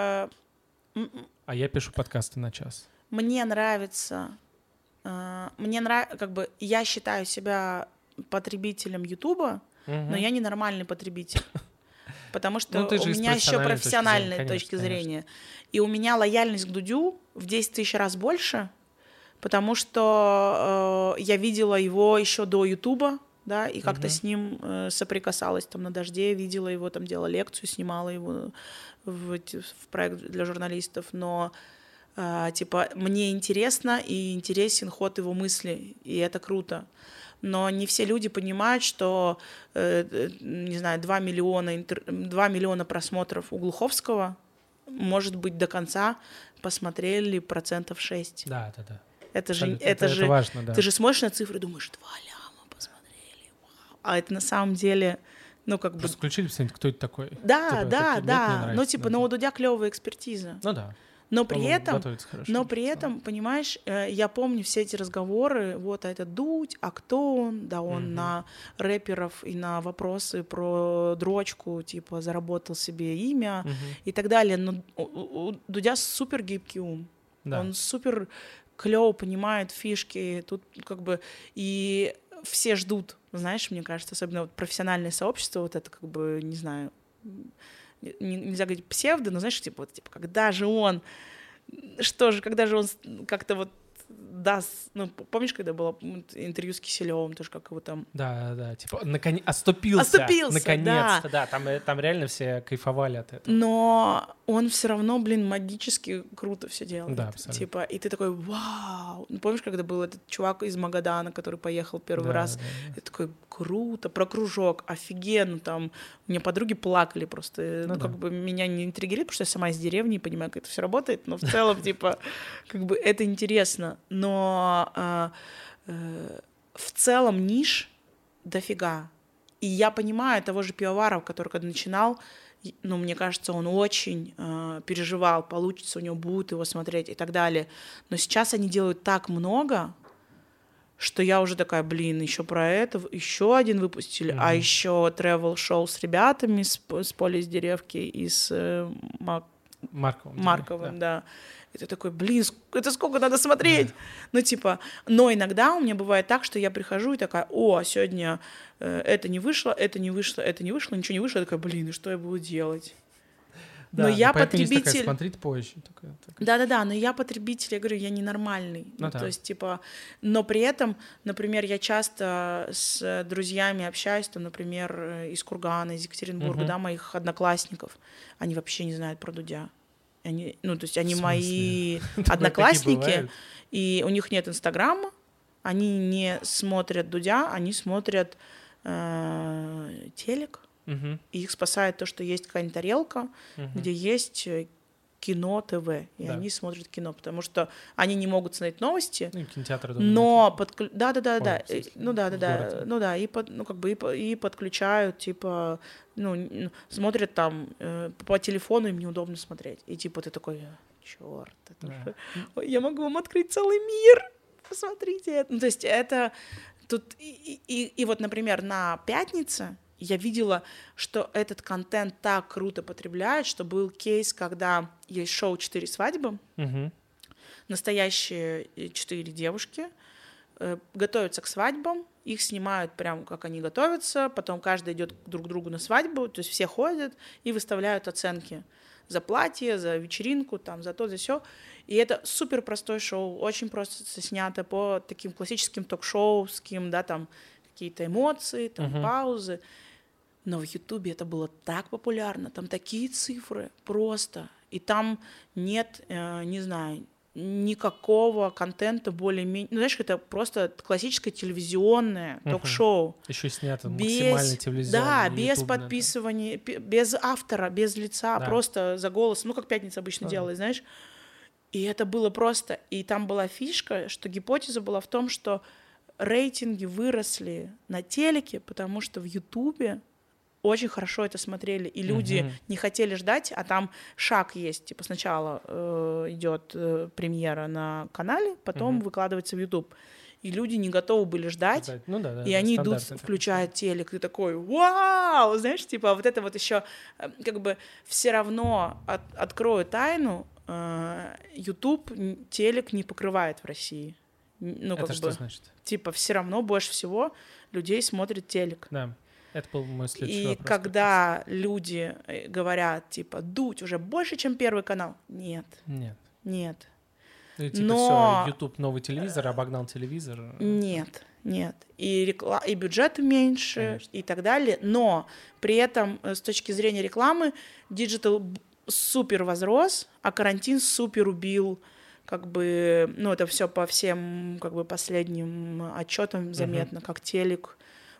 А я пишу подкасты на час. Мне нравится, как бы я считаю себя потребителем Ютуба, но я не нормальный потребитель. Потому что у меня еще профессиональной точки зрения. И у меня лояльность к Дудю в 10 тысяч раз больше, потому что я видела его еще до Ютуба, да, и как-то с ним соприкасалась там на «Дожде», видела его, там делала лекцию, снимала его в проект для журналистов, но типа мне интересно и интересен ход его мысли, и это круто. Но не все люди понимают, что, не знаю, 2 миллиона просмотров у Глуховского, может быть, до конца посмотрели 6%. Да. Это важно, да. Ты же смотришь на цифры и думаешь, 2 ляма посмотрели, вау. А это на самом деле... Ну, как просто включили, посмотрите, кто это такой. Да. Ну, типа, у Дудя клевая экспертиза. Ну да. Но при этом, понимаешь, я помню все эти разговоры, вот, а этот Дудь, а кто он? Да он на рэперов и на вопросы про дрочку, типа, заработал себе имя и так далее. Но у Дудя супер гибкий ум. Да. Он супер клево понимает фишки. Тут как бы и все ждут, знаешь, мне кажется, особенно вот профессиональное сообщество, вот это как бы, не знаю, нельзя говорить псевдо, но знаешь, типа, когда же он как-то вот даст, ну, помнишь, когда было интервью с Киселевым, тоже как его там... Да, типа, оступился, наконец-то, да, там реально все кайфовали от этого. Но он все равно, магически круто все делает. Да, абсолютно. Типа, и ты такой, вау! Ну, помнишь, когда был этот чувак из Магадана, который поехал первый раз? Да. И такой, круто, про кружок, офигенно, там, у меня подруги плакали просто, как бы меня не интригирует, потому что я сама из деревни и понимаю, как это все работает, но в целом, типа, как бы это интересно. Но в целом ниш дофига. И я понимаю того же Пивоварова, который когда начинал, ну, мне кажется, он очень переживал, получится у него, будут его смотреть и так далее. Но сейчас они делают так много, что я уже такая, еще про это, еще один выпустили, а еще travel-шоу с ребятами с Поля из деревки и с Марковым, да. И ты такой, это сколько надо смотреть? Ну, типа, но иногда у меня бывает так, что я прихожу и такая, сегодня это не вышло, ничего не вышло. Я такая, и что я буду делать? Да, но я потребитель... Такая, смотреть позже. Да, но я потребитель, я говорю, я ненормальный. То есть, типа, но при этом, например, я часто с друзьями общаюсь, там, например, из Кургана, из Екатеринбурга, да, моих одноклассников, они вообще не знают про Дудя. Они, то есть они мои одноклассники, и у них нет Инстаграма, они не смотрят Дудя, они смотрят телек, и их спасает то, что есть какая-нибудь тарелка, где есть кино, ТВ, и они смотрят кино, потому что они не могут смотреть новости, но и подключают, типа, смотрят там по телефону, им неудобно смотреть, и типа ты такой, черт, я могу вам открыть целый мир, посмотрите, то есть это тут и вот, например, на пятнице я видела, что этот контент так круто потребляет, что был кейс, когда есть шоу «4 свадьбы», настоящие 4 девушки готовятся к свадьбам, их снимают прям, как они готовятся, потом каждый идет друг к другу на свадьбу, то есть все ходят и выставляют оценки за платье, за вечеринку, там, за то, за сё. И это супер простое шоу, очень просто снято по таким классическим ток-шоуским, да, там какие-то эмоции, там паузы. Но в Ютубе это было так популярно, там такие цифры просто. И там нет, не знаю, никакого контента более-менее... Ну, знаешь, это просто классическое телевизионное ток-шоу. Еще снято максимально телевизионное. Да, без подписывания, без автора, без лица, просто за голос. Ну, как «Пятница» обычно делает, знаешь. И это было просто... И там была фишка, что гипотеза была в том, что рейтинги выросли на телеке, потому что в Ютубе очень хорошо это смотрели, и люди не хотели ждать, а там шаг есть, типа сначала идет премьера на канале, потом выкладывается в YouTube. И люди не готовы были ждать, и они идут, включают телек, и такой, вау, знаешь, типа вот это вот еще как бы все равно открою тайну, YouTube телек не покрывает в России. Ну, это как что бы, значит? Типа все равно больше всего людей смотрит телек. Да, это был мой следующий вопрос. И когда люди говорят, типа, Дудь уже больше, чем Первый канал, нет. И, типа, все, YouTube новый телевизор, обогнал телевизор. Нет. И бюджеты меньше, конечно, и так далее. Но при этом с точки зрения рекламы диджитал супер возрос, а карантин супер убил. Как бы, ну, это все по всем, как бы, последним отчетам заметно, как телек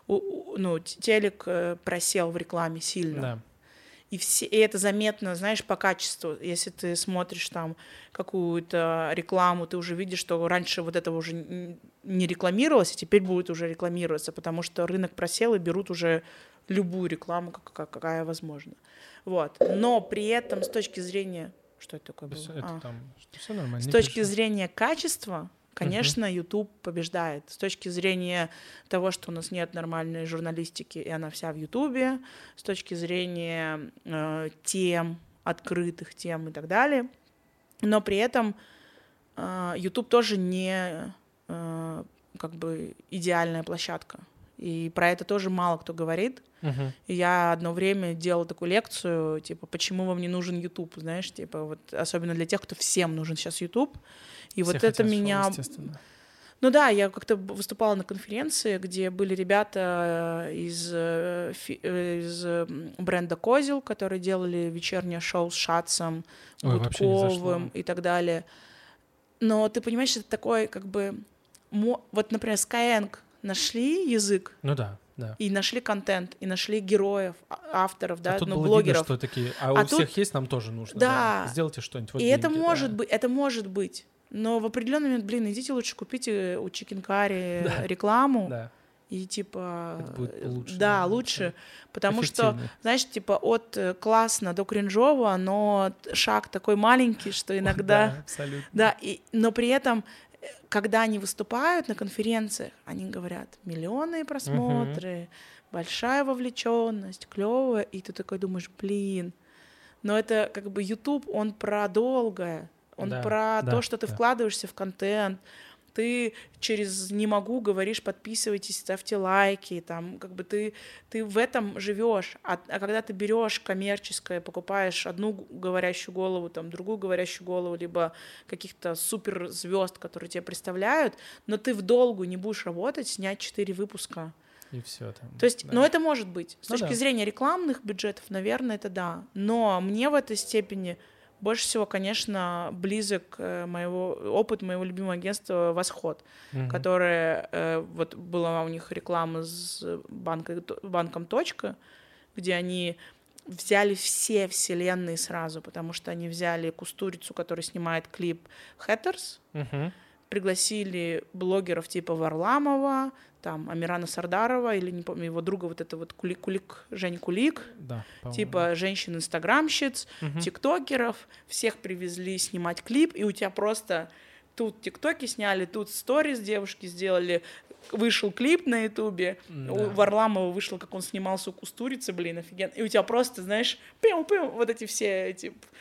просел в рекламе сильно. Да. И это заметно, знаешь, по качеству. Если ты смотришь там какую-то рекламу, ты уже видишь, что раньше вот этого уже не рекламировалось, а теперь будет уже рекламироваться, потому что рынок просел и берут уже любую рекламу, какая возможна. Вот. Но при этом с точки зрения... Что это такое было? Все нормально. С точки зрения качества, конечно, YouTube побеждает. С точки зрения того, что у нас нет нормальной журналистики, и она вся в YouTube, с точки зрения тем, открытых тем и так далее. Но при этом YouTube тоже не как бы идеальная площадка. И про это тоже мало кто говорит. И я одно время делала такую лекцию, типа, почему вам не нужен YouTube, знаешь, типа, вот, особенно для тех, кто всем нужен сейчас YouTube. И все вот это меня... естественно. Ну да, я как-то выступала на конференции, где были ребята из бренда Козел, которые делали вечернее шоу с Шатцем, Гудковым и так далее. Но ты понимаешь, это такой, как бы... Вот, например, Skyeng нашли язык, ну да. И нашли контент, и нашли героев, авторов, да, тут ну, было блогеров. Видно, что такие, у всех есть, нам тоже нужно. Да. Сделайте что-нибудь. Вот и деньги, это может быть. Но в определенный момент, идите лучше купите у Чикенкари рекламу. Да. И типа... Это будет лучше. Да, лучше. Потому что, знаешь, типа от классно до кринжово, но шаг такой маленький, что иногда... Да, абсолютно. Да, но при этом... Когда они выступают на конференциях, они говорят, миллионные просмотры, большая вовлеченность, клевая, и ты такой думаешь, блин, но это как бы YouTube, он про долгое, он про то, что ты вкладываешься в контент, ты через «не могу» говоришь, подписывайтесь, ставьте лайки, там, как бы ты в этом живешь. А когда ты берешь коммерческое, покупаешь одну говорящую голову, там, другую говорящую голову, либо каких-то суперзвезд, которые тебе представляют, но ты в долгу не будешь работать, снять 4 выпуска. И все там. То есть, ну, это может быть. С точки зрения рекламных бюджетов, наверное, это да. Но мне в этой степени... Больше всего, конечно, близок опыт моего любимого агентства «Восход», которое, вот была у них реклама с банком «Точка», где они взяли все вселенные сразу, потому что они взяли Кустурицу, которая снимает клип «Hatters», пригласили блогеров типа Варламова, там, Амирана Сардарова, или, не помню, его друга, вот это вот Жень Кулик, типа женщин-инстаграмщиц, тиктокеров, всех привезли снимать клип, и у тебя просто тут тиктоки сняли, тут сторис девушки сделали, вышел клип на ютубе, у Варламова вышел, как он снимался у Кустурицы, блин, офигенно, и у тебя просто, знаешь, вот эти все,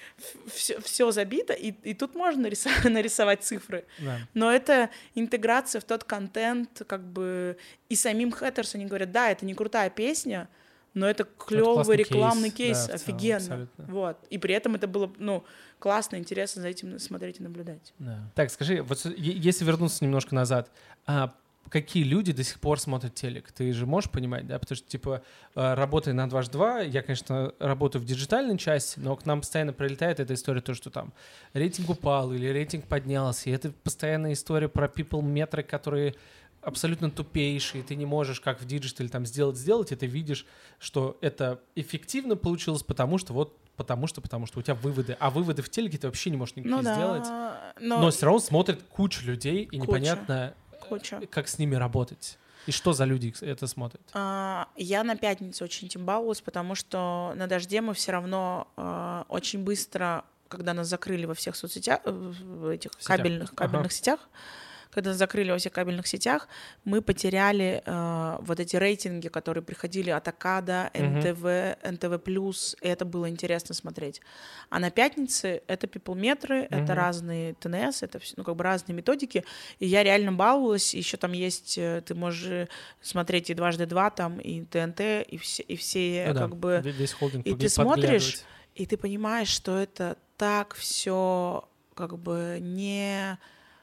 все забито, и тут можно нарисовать цифры, но это интеграция в тот контент, как бы, и самим Hatters, они говорят, да, это не крутая песня, но это клевый рекламный кейс, офигенно, вот, и при этом это было, классно, интересно за этим смотреть и наблюдать. Так, скажи, вот если вернуться немножко назад, какие люди до сих пор смотрят телек? Ты же можешь понимать, да? Потому что, типа, работая на 2H2, я, конечно, работаю в диджитальной части, но к нам постоянно прилетает эта история, то, что там рейтинг упал или рейтинг поднялся, и это постоянная история про people-метры, которые абсолютно тупейший, ты не можешь, как в диджитале, там сделать, и ты видишь, что это эффективно получилось, потому что у тебя выводы. А выводы в телеке ты вообще не можешь никакие сделать. Но все равно смотрит куча людей, и непонятно, как с ними работать. И что за люди это смотрят? Я на пятницу очень этим баловалась, потому что на «Дожде» мы все равно очень быстро, когда нас закрыли во всех соцсетях, в этих кабельных сетях, когда нас закрыли во всех кабельных сетях, мы потеряли вот эти рейтинги, которые приходили от Акада, НТВ, НТВ+, и это было интересно смотреть. А на пятнице это пиплметры, это разные ТНС, это все, разные методики, и я реально баловалась, еще там есть, ты можешь смотреть и «Дважды два», там, и ТНТ, и все весь холдинг и ты смотришь, и ты понимаешь, что это так все не...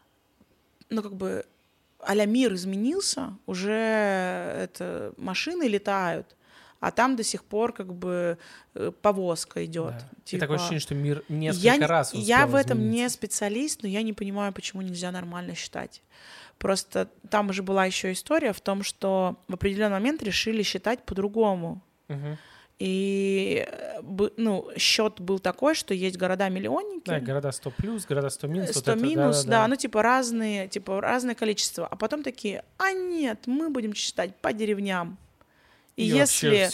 а-ля мир изменился, уже машины летают, а там до сих пор повозка идет. Да. И такое ощущение, что мир несколько раз успел измениться. Я в этом не специалист, но я не понимаю, почему нельзя нормально считать. Просто там уже была еще история в том, что в определенный момент решили считать по-другому. И счет был такой, что есть города-миллионники. Да, города 100+, города 100-, 100 минус, да. Разное количество. А потом такие, нет, мы будем считать по деревням. И если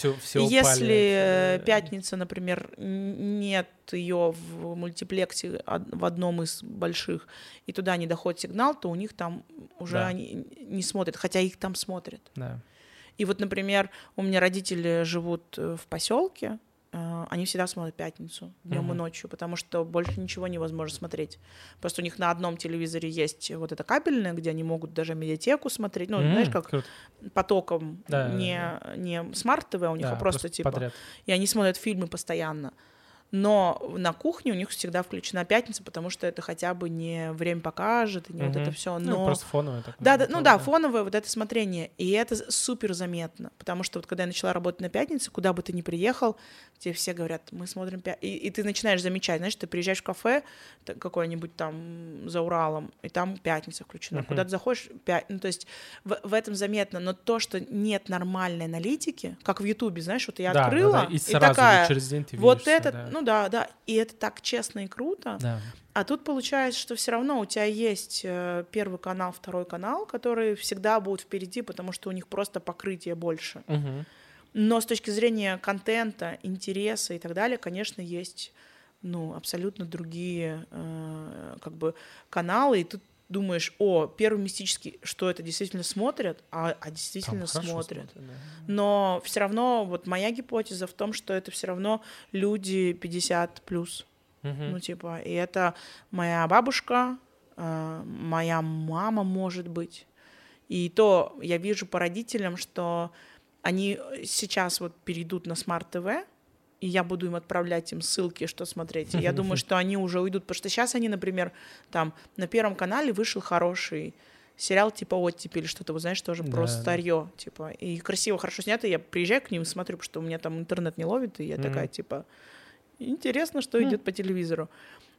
пятница, например, нет ее в мультиплексе в одном из больших, и туда не доходит сигнал, то у них там уже они не смотрят, хотя их там смотрят. Да. И вот, например, у меня родители живут в поселке, они всегда смотрят пятницу днем и ночью, потому что больше ничего невозможно смотреть. Просто у них на одном телевизоре есть вот это кабельное, где они могут даже медиатеку смотреть, знаешь, как круто. Потоком, не смарт-ТВ у них, а просто типа. Подряд. И они смотрят фильмы постоянно. Но на кухне у них всегда включена пятница, потому что это хотя бы не время покажет, и не вот это все. Но... просто фоновое такое. Фоновое вот это смотрение. И это супер заметно, потому что вот когда я начала работать на пятнице, куда бы ты ни приехал, тебе все говорят, мы смотрим и ты начинаешь замечать, знаешь, ты приезжаешь в кафе какое-нибудь там за Уралом, и там пятница включена. Куда ты заходишь, то есть в этом заметно. Но то, что нет нормальной аналитики, как в Ютубе, знаешь, вот я открыла, и сразу такая, через день ты вот видишь это, да, и это так честно и круто. Да. А тут получается, что все равно у тебя есть первый канал, второй канал, которые всегда будут впереди, потому что у них просто покрытие больше. Но с точки зрения контента, интереса и так далее, конечно, есть абсолютно другие каналы, и тут думаешь, первый мистический, что это действительно смотрят, а действительно смотрят. Да. Но все равно вот моя гипотеза в том, что это все равно люди 50+. И это моя бабушка, моя мама, может быть. И то я вижу по родителям, что они сейчас вот перейдут на смарт-ТВ, и я буду им отправлять ссылки, что смотреть. И я думаю, что они уже уйдут, потому что сейчас они, например, там на Первом канале вышел хороший сериал типа «Оттепель» или что-то, вы знаешь, тоже просто старье, типа, и красиво, хорошо снято. Я приезжаю к ним и смотрю, потому что у меня там интернет не ловит, и я такая, типа, интересно, что идет по телевизору.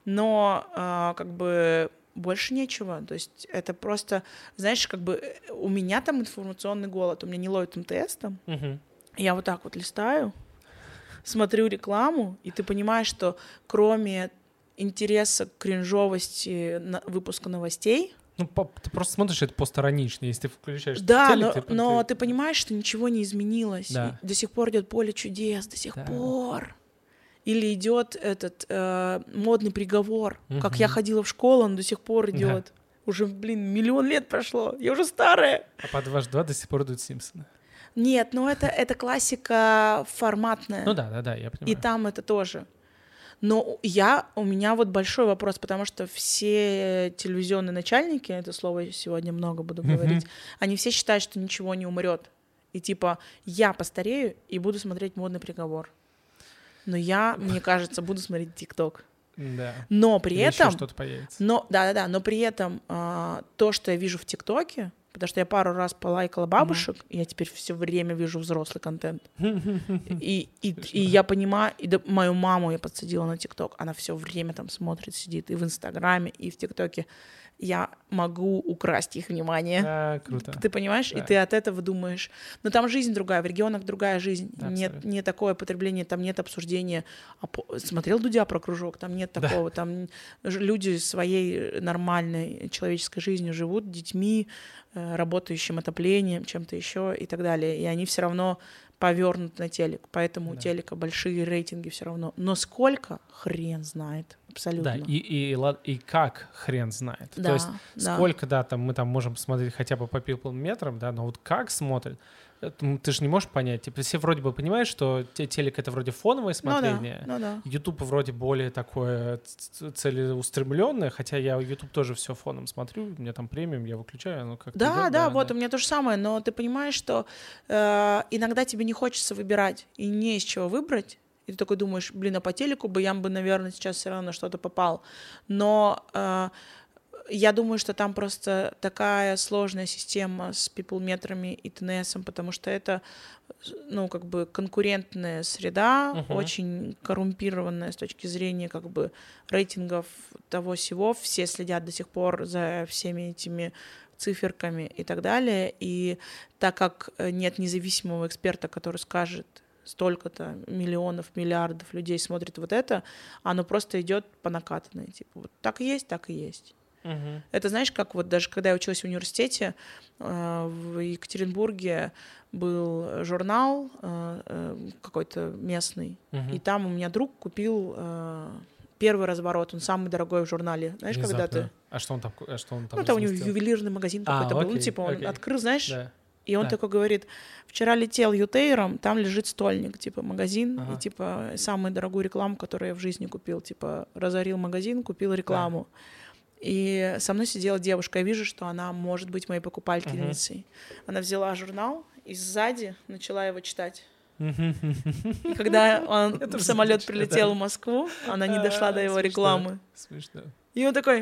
Но больше нечего. То есть это просто, знаешь, у меня там информационный голод, у меня не ловит МТС там. Я вот так вот листаю, смотрю рекламу, и ты понимаешь, что кроме интереса к кринжовости выпуска новостей... ты просто смотришь это посторонично, если ты включаешь телек, но ты понимаешь, что ничего не изменилось. Да. До сих пор идет «Поле чудес», до сих пор. Или идет этот «Модный приговор». Как я ходила в школу, он до сих пор идет. Да. Уже, 1 000 000 лет прошло. Я уже старая. А по 2 до сих пор идут «Симпсоны». Нет, это классика форматная. Да, я понимаю. И там это тоже. Но у меня вот большой вопрос, потому что все телевизионные начальники, это слово я сегодня много буду говорить, они все считают, что ничего не умрет. И типа я постарею и буду смотреть «Модный приговор». Но мне кажется, буду смотреть ТикТок. Да. Но при этом... Еще что-то появится. Но при этом то, что я вижу в ТикТоке, потому что я пару раз полайкала бабушек, и я теперь все время вижу взрослый контент. И я понимаю, мою маму я подсадила на ТикТок, она все время там смотрит, сидит и в Инстаграме, и в ТикТоке. я могу украсть их внимание. Круто. Ты понимаешь? Да. И ты от этого думаешь. Но там жизнь другая, в регионах другая жизнь. Да, Нет, не такое потребление, там нет обсуждения. Смотрел Дудя про кружок? Там нет такого. Там люди своей нормальной человеческой жизнью живут, детьми, работающим отоплением, чем-то еще и так далее. И они все равно повернут на телек. Поэтому у телека большие рейтинги все равно. Но сколько? Хрен знает. Абсолютно. Да, и как хрен знает. Да, То есть да. сколько, да, там мы там можем смотреть хотя бы по people метрам, да, но вот как смотрят, ты же не можешь понять. Типа все вроде бы понимают, что телек — это вроде фоновое смотрение, Ну да. YouTube вроде более такое целеустремленное, хотя я YouTube тоже все фоном смотрю, у меня там премиум, я выключаю, оно как-то идёт, Да, вот у меня то же самое, но ты понимаешь, что иногда тебе не хочется выбирать, и не из чего выбрать, и ты такой думаешь, блин, а по телеку бы я бы, наверное, сейчас все равно что-то попал. Но я думаю, что там просто такая сложная система с people-метрами и ТНСом, потому что это, ну, как бы конкурентная среда, очень коррумпированная с точки зрения, как бы, рейтингов того-сего. Все следят до сих пор за всеми этими циферками и так далее. И так как нет независимого эксперта, который скажет, столько-то миллионов, миллиардов людей смотрит вот это, оно просто идет по накатанной. Типа, вот так и есть, так и есть. Это, знаешь, как вот даже когда я училась в университете, в Екатеринбурге был журнал какой-то местный, и там у меня друг купил первый разворот, он самый дорогой в журнале. Знаешь, внезапно. когда ты... А что он там Ну, там у него ювелирный магазин какой-то был. Ну, типа, он открыл, знаешь, и он такой говорит, вчера летел Ютейром, там лежит стольник, типа, магазин, и, типа, самую дорогую рекламу, которую я в жизни купил, типа, разорил магазин, купил рекламу. И со мной сидела девушка, я вижу, что она может быть моей покупательницей. Она взяла журнал и сзади начала его читать. И когда он в самолет прилетел в Москву, она не дошла до его рекламы. Смешно. И он такой...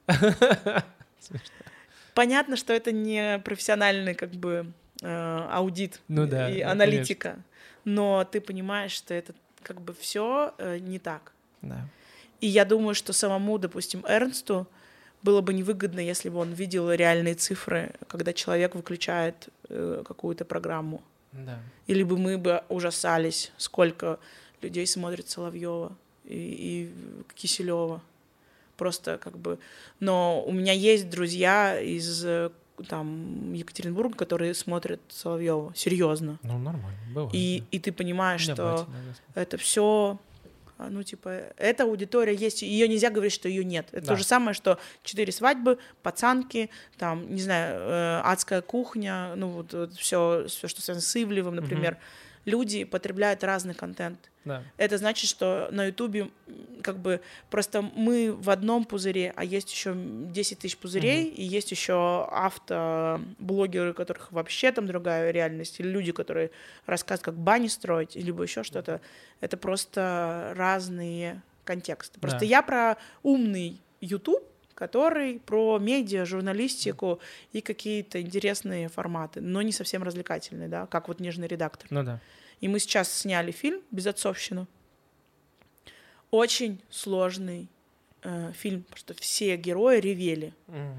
Понятно, что это не профессиональный, как бы, аудит и аналитика, конечно. Но ты понимаешь, что это как бы все не так. Да. И я думаю, что самому, допустим, Эрнсту было бы невыгодно, если бы он видел реальные цифры, когда человек выключает какую-то программу. Да. Или бы мы бы ужасались, сколько людей смотрит Соловьева и Киселева. Просто как бы... Но у меня есть друзья из там Екатеринбурга, которые смотрят Соловьева. Серьезно. Ну, нормально. Бывает. И ты понимаешь, что это все... Ну, типа, эта аудитория есть, ее нельзя говорить, что ее нет. Это то же самое, что 4 свадьбы, пацанки, там, не знаю, адская кухня, ну, вот все, что связано с Ивлевым, например. Люди потребляют разный контент. Да. Это значит, что на Ютубе как бы просто мы в одном пузыре, а есть еще 10 тысяч пузырей, и есть еще автоблогеры, у которых вообще там другая реальность, или люди, которые рассказывают, как бани строить, либо еще что-то. Это просто разные контексты. Просто я про умный Ютуб, который про медиа, журналистику и какие-то интересные форматы, но не совсем развлекательные, да, как вот «Нежный редактор». Ну да. И мы сейчас сняли фильм «Безотцовщина». Очень сложный фильм, потому что все герои ревели.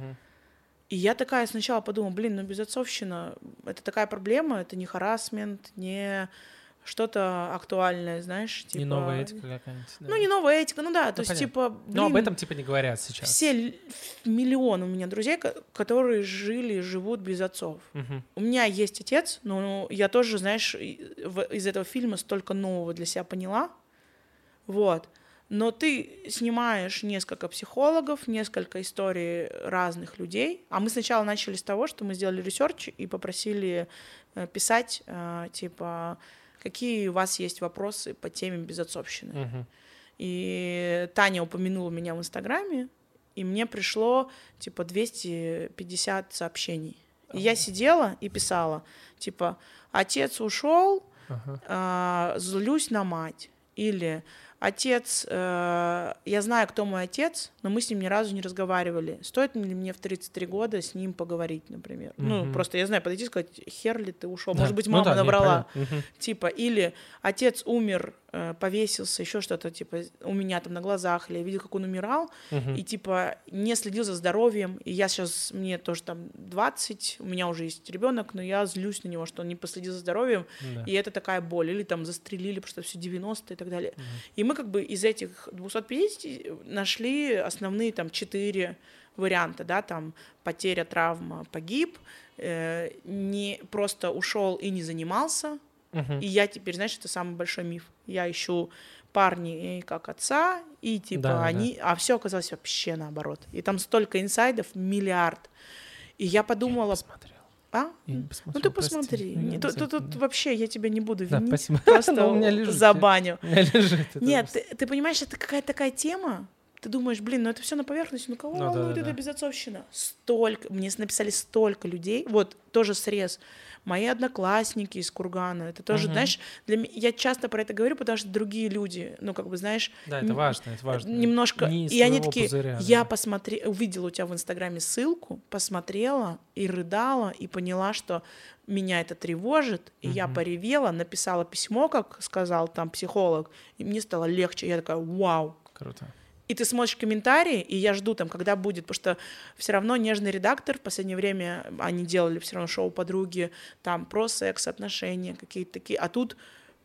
И я такая сначала подумала, ну безотцовщина — это такая проблема, это не харассмент, не что-то актуальное, знаешь, типа... Не новая этика какая-нибудь. Да. Ну, не новая этика, ну да, то есть, типа... Но об этом, типа, не говорят сейчас. Все миллионы у меня друзей, которые жили и живут без отцов. У меня есть отец, но я тоже, знаешь, из этого фильма столько нового для себя поняла, вот. Но ты снимаешь несколько психологов, несколько историй разных людей, а мы сначала начали с того, что мы сделали ресерч и попросили писать, типа... какие у вас есть вопросы по теме безотцовщины. И Таня упомянула меня в Инстаграме, и мне пришло, типа, 250 сообщений. И я сидела и писала, типа, отец ушел, злюсь на мать, или Отец, я знаю, кто мой отец, но мы с ним ни разу не разговаривали. Стоит ли мне в 33 года с ним поговорить, например? Ну, просто я знаю, подойти и сказать, хер ли ты ушел? Да. Может быть, мама да, набрала. не, Типа, или отец умер, повесился, еще что-то, типа, у меня там на глазах, или я видел, как он умирал, и, типа, не следил за здоровьем, и я сейчас, мне тоже там 20, у меня уже есть ребенок, но я злюсь на него, что он не последил за здоровьем, и это такая боль, или там застрелили, потому что все 90-е и так далее. И мы как бы из этих 250 нашли основные там 4 варианта, да, там потеря, травма, погиб, не просто ушел и не занимался, и я теперь, знаешь, это самый большой миф. Я ищу парни как отца, и типа они... А все оказалось вообще наоборот. И там столько инсайдов, миллиард. И я подумала... А? Ну ты посмотри. Тут вообще я тебя не буду винить. Спасибо. Просто забаню. У меня лежит. Нет, ты понимаешь, это какая-то такая тема. Ты думаешь, блин, ну это все на поверхности, ну кого волнует эта безотцовщина? Столько, мне написали столько людей, вот тоже срез. Мои одноклассники из Кургана, это тоже, знаешь, я часто про это говорю, потому что другие люди, ну как бы, знаешь... Да, это важно, это важно. Немножко... И они такие, я посмотрела, увидела у тебя в Инстаграме ссылку, посмотрела и рыдала, и поняла, что меня это тревожит, и я поревела, написала письмо, как сказал там психолог, и мне стало легче, я такая, вау. Круто. И ты смотришь комментарии, и я жду там, когда будет, потому что все равно нежный редактор, в последнее время они делали все равно шоу «Подруги», там про секс, отношения какие-то такие, а тут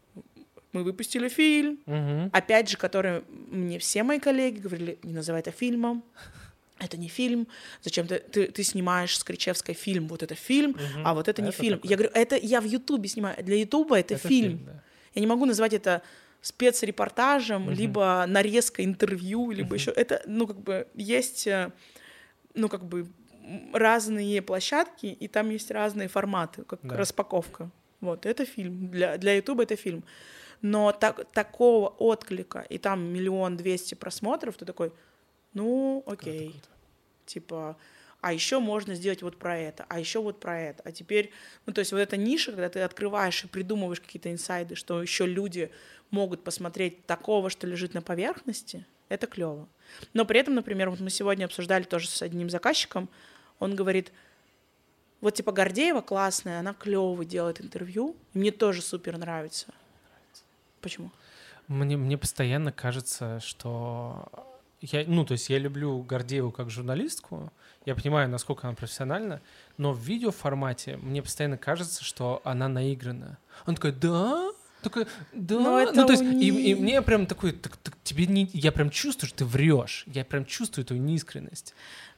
мы выпустили фильм, опять же, который мне все мои коллеги говорили, не называй это фильмом, это не фильм, зачем ты снимаешь с Кричевской фильм, вот это фильм, а вот это не фильм. Такое. Я говорю, это я в Ютубе снимаю, для Ютуба это фильм. Да. Я не могу назвать это спецрепортажем, либо нарезка интервью, либо еще это, ну, как бы, есть, ну, как бы, разные площадки, и там есть разные форматы, как распаковка. Вот, это фильм. Для Ютуба это фильм. Но такого отклика, и там 1 200 000 просмотров, ты такой, ну, окей. Круто. Типа, а еще можно сделать вот про это, а еще вот про это. А теперь, ну, то есть вот эта ниша, когда ты открываешь и придумываешь какие-то инсайды, что еще люди могут посмотреть такого, что лежит на поверхности, это клево. Но при этом, например, вот мы сегодня обсуждали тоже с одним заказчиком, он говорит, вот типа Гордеева классная, она клево делает интервью, и мне тоже супер нравится. Почему? Мне постоянно кажется, что... то есть я люблю Гордееву как журналистку, я понимаю, насколько она профессиональна, но в видеоформате мне постоянно кажется, что она наиграна. Он такой, да? Такой, да. Ну, то есть, и мне прям такой, тебе не... Я прям чувствую, что ты врешь. Я прям чувствую твою неискренность.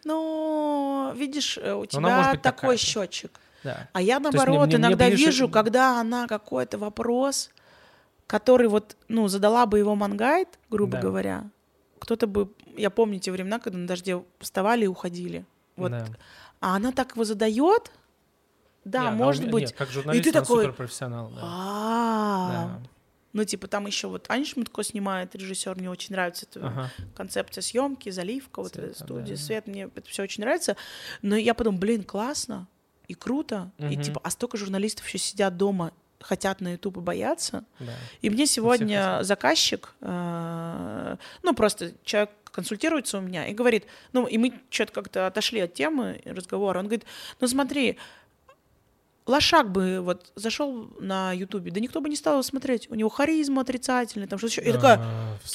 Ну, видишь, у тебя такой счетчик. Да. А я, наоборот, иногда вижу, когда она какой-то вопрос, который вот, ну, задала бы его Мангайт, грубо говоря, кто-то бы... Я помню те времена, когда на дожде вставали и уходили. Вот. Да. А она так его задает... Да, может быть. Нет, как журналист, и ты она такой... суперпрофессионал. Да. Да. Ну, типа, там еще вот Аня Шмидко снимает, режиссер, мне очень нравится эта концепция съемки, заливка, вот эта студия, свет, мне это все очень нравится. Но я подумала, блин, классно и круто. И типа, а столько журналистов еще сидят дома, хотят на YouTube и боятся. Да. И мне сегодня заказчик, ну, просто человек консультируется у меня и говорит, ну, и мы что-то как-то отошли от темы разговора, он говорит, ну, смотри, Лошак бы вот зашел на Ютубе, да никто бы не стал его смотреть. У него харизма отрицательная, там что-то еще. Я такая,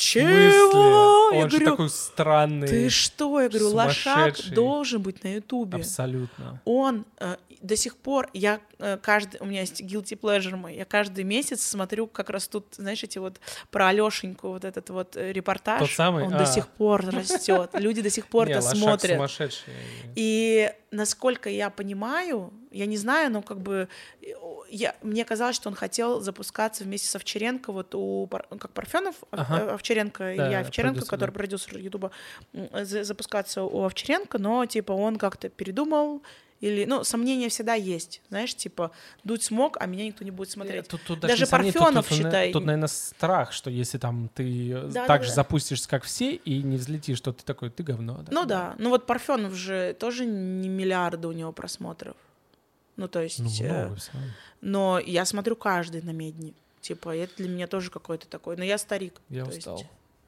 чего? Он же такой странный. Ты что? Я говорю, Лошак должен быть на Ютубе. Абсолютно. Он до сих пор, у меня есть guilty pleasure мой, я каждый месяц смотрю, как растут, знаешь, эти вот про Алёшеньку, вот этот вот репортаж. Тот самый? Он до сих пор растет. Люди до сих пор это смотрят. Лошак сумасшедший. И насколько я понимаю, я не знаю, но как бы мне казалось, что он хотел запускаться вместе с Овчаренко, вот как Парфенов, Овчаренко, Илья Овчаренко, который продюсер Ютуба, запускаться у Овчаренко, но типа он как-то передумал, или, ну, сомнения всегда есть, знаешь, типа, Дудь смог, а меня никто не будет смотреть. Тут даже Парфенов, считай. Тут, наверное, страх, что если там ты так же запустишься, как все, и не взлетишь, что ты такой, ты говно. Ну да, ну вот Парфенов же тоже не миллиарды у него просмотров. Ну, то есть... много, но я смотрю каждый на Медне. Типа, это для меня тоже какой-то такой. Но я старик. Я устал.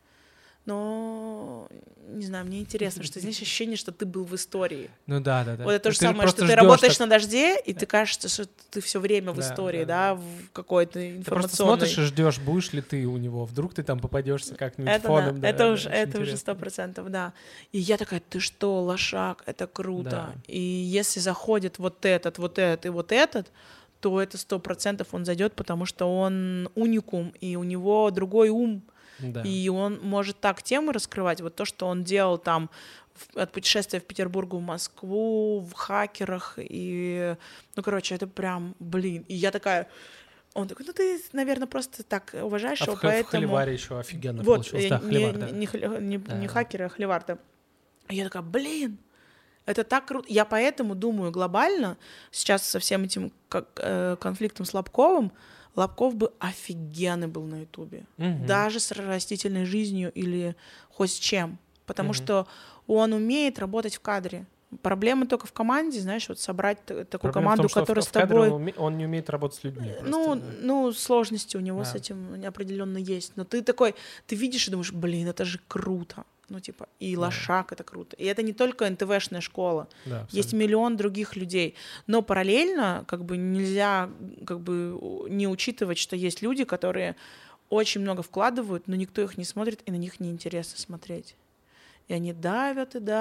Но, не знаю, мне интересно, что знаешь, ощущение, что ты был в истории. Ну да. Вот это то же самое, что ты работаешь на «Дожде», и ты кажется, что ты все время в истории, да, в какой-то информационной. Ты просто смотришь и ждешь, будешь ли ты у него, вдруг ты там попадешься как-нибудь фоном. Да, это уже 100%, да. И я такая, ты что, лошак, это круто. Да. И если заходит вот этот и вот этот, то это 100% он зайдет, потому что он уникум, и у него другой ум. Да. И он может так темы раскрывать. Вот то, что он делал там от путешествия в Петербург в Москву, в хакерах. И, ну, короче, это прям, блин. И я такая... Он такой, ну, ты, наверное, просто так уважаешь его, поэтому... в Холиваре еще офигенно получилось. Да, Холивар, да. Не хакеры, а Холивар, да. И я такая, блин, это так круто. Я поэтому думаю глобально, сейчас со всем этим конфликтом с Лобковым, Лобков бы офигенный был на Ютубе. Даже с растительной жизнью или хоть с чем. Потому что он умеет работать в кадре. Проблема только в команде, знаешь, вот собрать такую команду, которая с тобой... Он не умеет работать с людьми. Ну, сложности у него с этим определенно есть. Но ты такой, ты видишь и думаешь, блин, это же круто. Ну, типа, и Лошак — это круто. И это не только НТВшная школа. Да, есть миллион других людей. Но параллельно, как бы, нельзя, как бы, не учитывать, что есть люди, которые очень много вкладывают, но никто их не смотрит, и на них неинтересно смотреть. И они давят из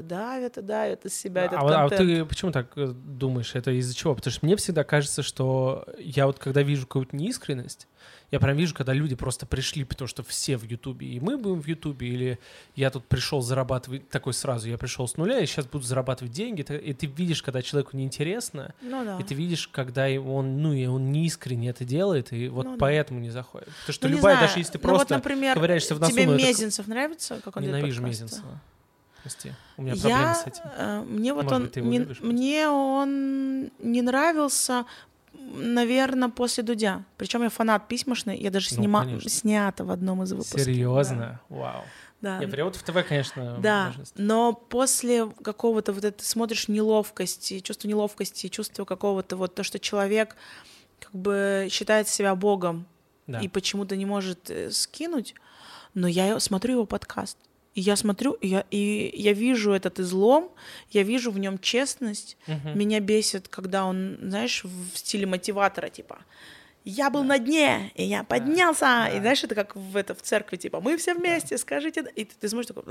себя этот контент. А ты почему так думаешь? Это из-за чего? Потому что мне всегда кажется, что я вот когда вижу какую-то неискренность, я прям вижу, когда люди просто пришли, потому что все в Ютубе, и мы будем в Ютубе, или я тут пришел зарабатывать, такой сразу, я пришел с нуля, и сейчас буду зарабатывать деньги, и ты видишь, когда человеку неинтересно, и ты видишь, когда он неискренне это делает, и вот поэтому не заходит. Потому что любая, даже если ты просто вот, например, ковыряешься в носу... Тебе Мезенцев нравится, как он делает подкасты? Ненавижу Мезенцева. Прости, у меня проблемы с этим. Мне он не нравился... Наверное, после Дудя. Причем я фанат письмошный, я даже снята в одном из выпусков. Серьезно? Да. Вау. Да. Перевод в ТВ, конечно, да, важность. Но после какого-то вот это смотришь неловкости, чувство какого-то вот то, что человек как бы считает себя богом и почему-то не может скинуть, но я смотрю его подкаст. И я смотрю, и я вижу этот излом, я вижу в нем честность. Меня бесит, когда он, знаешь, в стиле мотиватора, типа, я был на дне, и я поднялся. И знаешь, это как в церкви, типа, мы все вместе, скажите. И ты смотришь такой...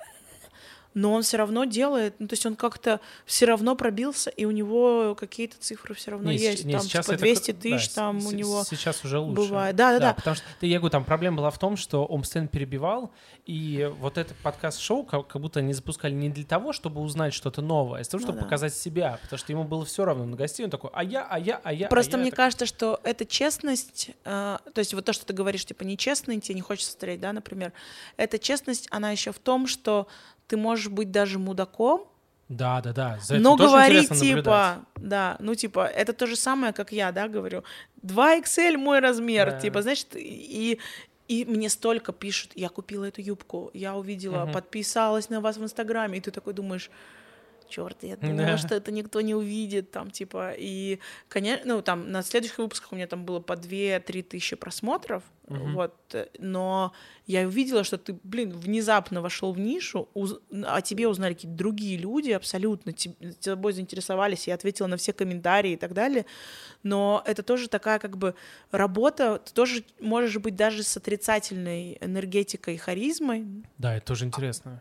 Но он все равно делает, ну, то есть он как-то все равно пробился, и у него какие-то цифры все равно есть. Там типа 200 тысяч там у него сейчас уже лучше. Бывает. Да. Потому что, я говорю, там проблема была в том, что он постоянно перебивал, и вот этот подкаст-шоу как будто они запускали не для того, чтобы узнать что-то новое, а для того, чтобы показать себя, потому что ему было все равно на гостей, он такой, а я. Просто мне кажется, что эта честность, то есть вот то, что ты говоришь, типа, нечестно, тебе не хочется смотреть, да, например, эта честность, она еще в том, что ты можешь быть даже мудаком, да. Но говорить, типа, да, ну, типа, это то же самое, как я, да, говорю, 2XL мой размер, типа, значит, и мне столько пишут, я купила эту юбку, я увидела, подписалась на вас в Инстаграме, и ты такой думаешь, черт, я думала, что это никто не увидит, там, типа, и, конечно, ну, там, на следующих выпусках у меня там было по 2-3 тысячи просмотров, вот, но я увидела, что ты, внезапно вошел в нишу, о тебе узнали какие-то другие люди, абсолютно тобой заинтересовались, я ответила на все комментарии и так далее, но это тоже такая, как бы, работа, ты тоже можешь быть даже с отрицательной энергетикой и харизмой. Да, это тоже интересно.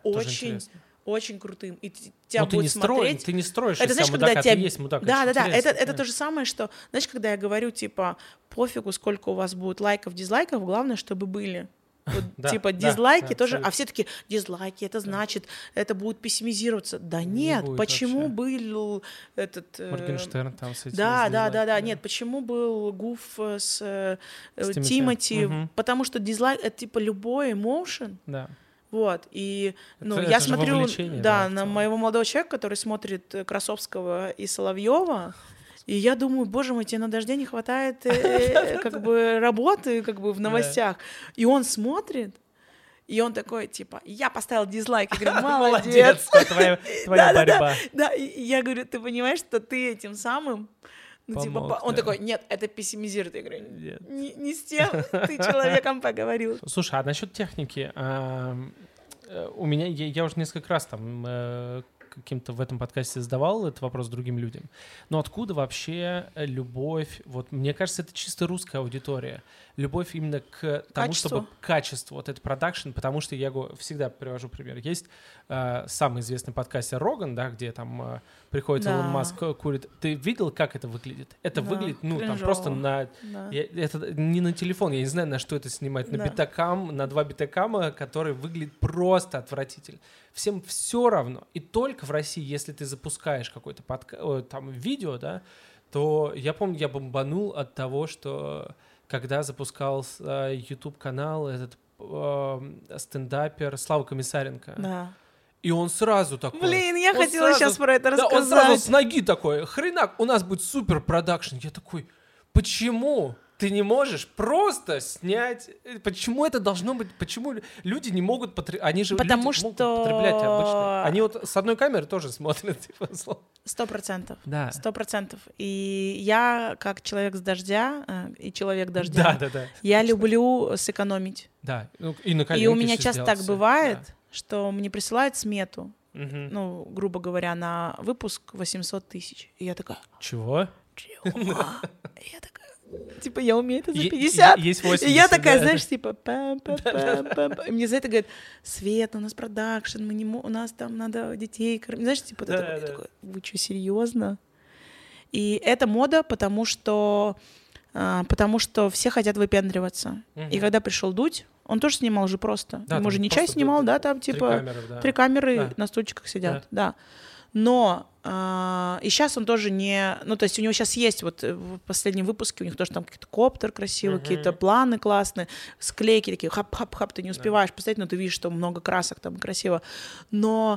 Очень крутым. И тебя будут смотреть. Ты не строишь это, из себя мудака, ты есть мудак. Да. Это то же самое, что, знаешь, когда я говорю, типа, пофигу, сколько у вас будет лайков, дизлайков, главное, чтобы были. Вот, типа, дизлайки тоже, а все таки дизлайки, это значит, это будет пессимизироваться. Да нет, почему был этот... Моргенштерн там с этим. Да, нет, почему был Гуф с Тимати? Потому что дизлайк — это, типа, любой эмоушен. Да. Вот, и я смотрю на моего молодого человека, который смотрит Красовского и Соловьева, и я думаю, боже мой, тебе на «Дожде» не хватает как бы работы как бы в новостях. И он смотрит, и он такой, типа, я поставил дизлайк. Я говорю, молодец. Твоя борьба. Да, и я говорю, ты понимаешь, что ты этим самым Ну, типа, он такой, нет, это пессимизирует. Я говорю, не с тем ты человеком поговорил. Слушай, а насчет техники, у меня, я уже несколько раз там каким-то в этом подкасте задавал этот вопрос другим людям, но откуда вообще любовь, вот мне кажется, это чисто русская аудитория, любовь именно к тому, чтобы качество, вот это продакшн, потому что я всегда привожу пример. Есть самый известный подкастер Роган, да, где там приходит Илон Маск, курит. Ты видел, как это выглядит? Это выглядит, ну, там просто на... Это не на телефон, я не знаю, на что это снимать, на битакам, на 2 битакама, который выглядит просто отвратительно. Всем все равно. И только в России, если ты запускаешь какое-то там видео, да, то я помню, я бомбанул от того, что когда запускал YouTube-канал этот стендапер Слава Комиссаренко. Да. И он сразу такой... Блин, я хотела сейчас про это рассказать. Да, он сразу с ноги такой, хренак, у нас будет супер продакшн. Я такой, почему ты не можешь просто снять... Почему это должно быть... Почему люди не могут... Они же потому люди что... могут потреблять обычно. Они вот с одной камеры тоже смотрят. Типа, 100%. Да. 100%. И я, как человек с дождя и человек дождя, да. я люблю сэкономить. Да. И на и у меня часто так бывает, что мне присылают смету, ну, грубо говоря, на выпуск 800 тысяч. И я такая... Чего? Я такая... Типа, я умею это за 50. Есть 80, и я такая, знаешь, типа, пам-пам-пам-пам. И мне за это говорят, Свет, у нас продакшн, у нас там надо детей кормить. Знаешь, типа, ты такой, вы что, серьезно? И это мода, потому что все хотят выпендриваться. И когда пришел Дудь, он тоже снимал же просто. Ему же не чай снимал, да, там типа 3 камеры на стульчиках сидят, да. Но и сейчас он тоже не... Ну, то есть у него сейчас есть вот в последнем выпуске, у них тоже там какой-то коптер красивый, какие-то планы классные, склейки такие, хап-хап-хап, ты не успеваешь поставить, но ты видишь, что много красок там красиво. Но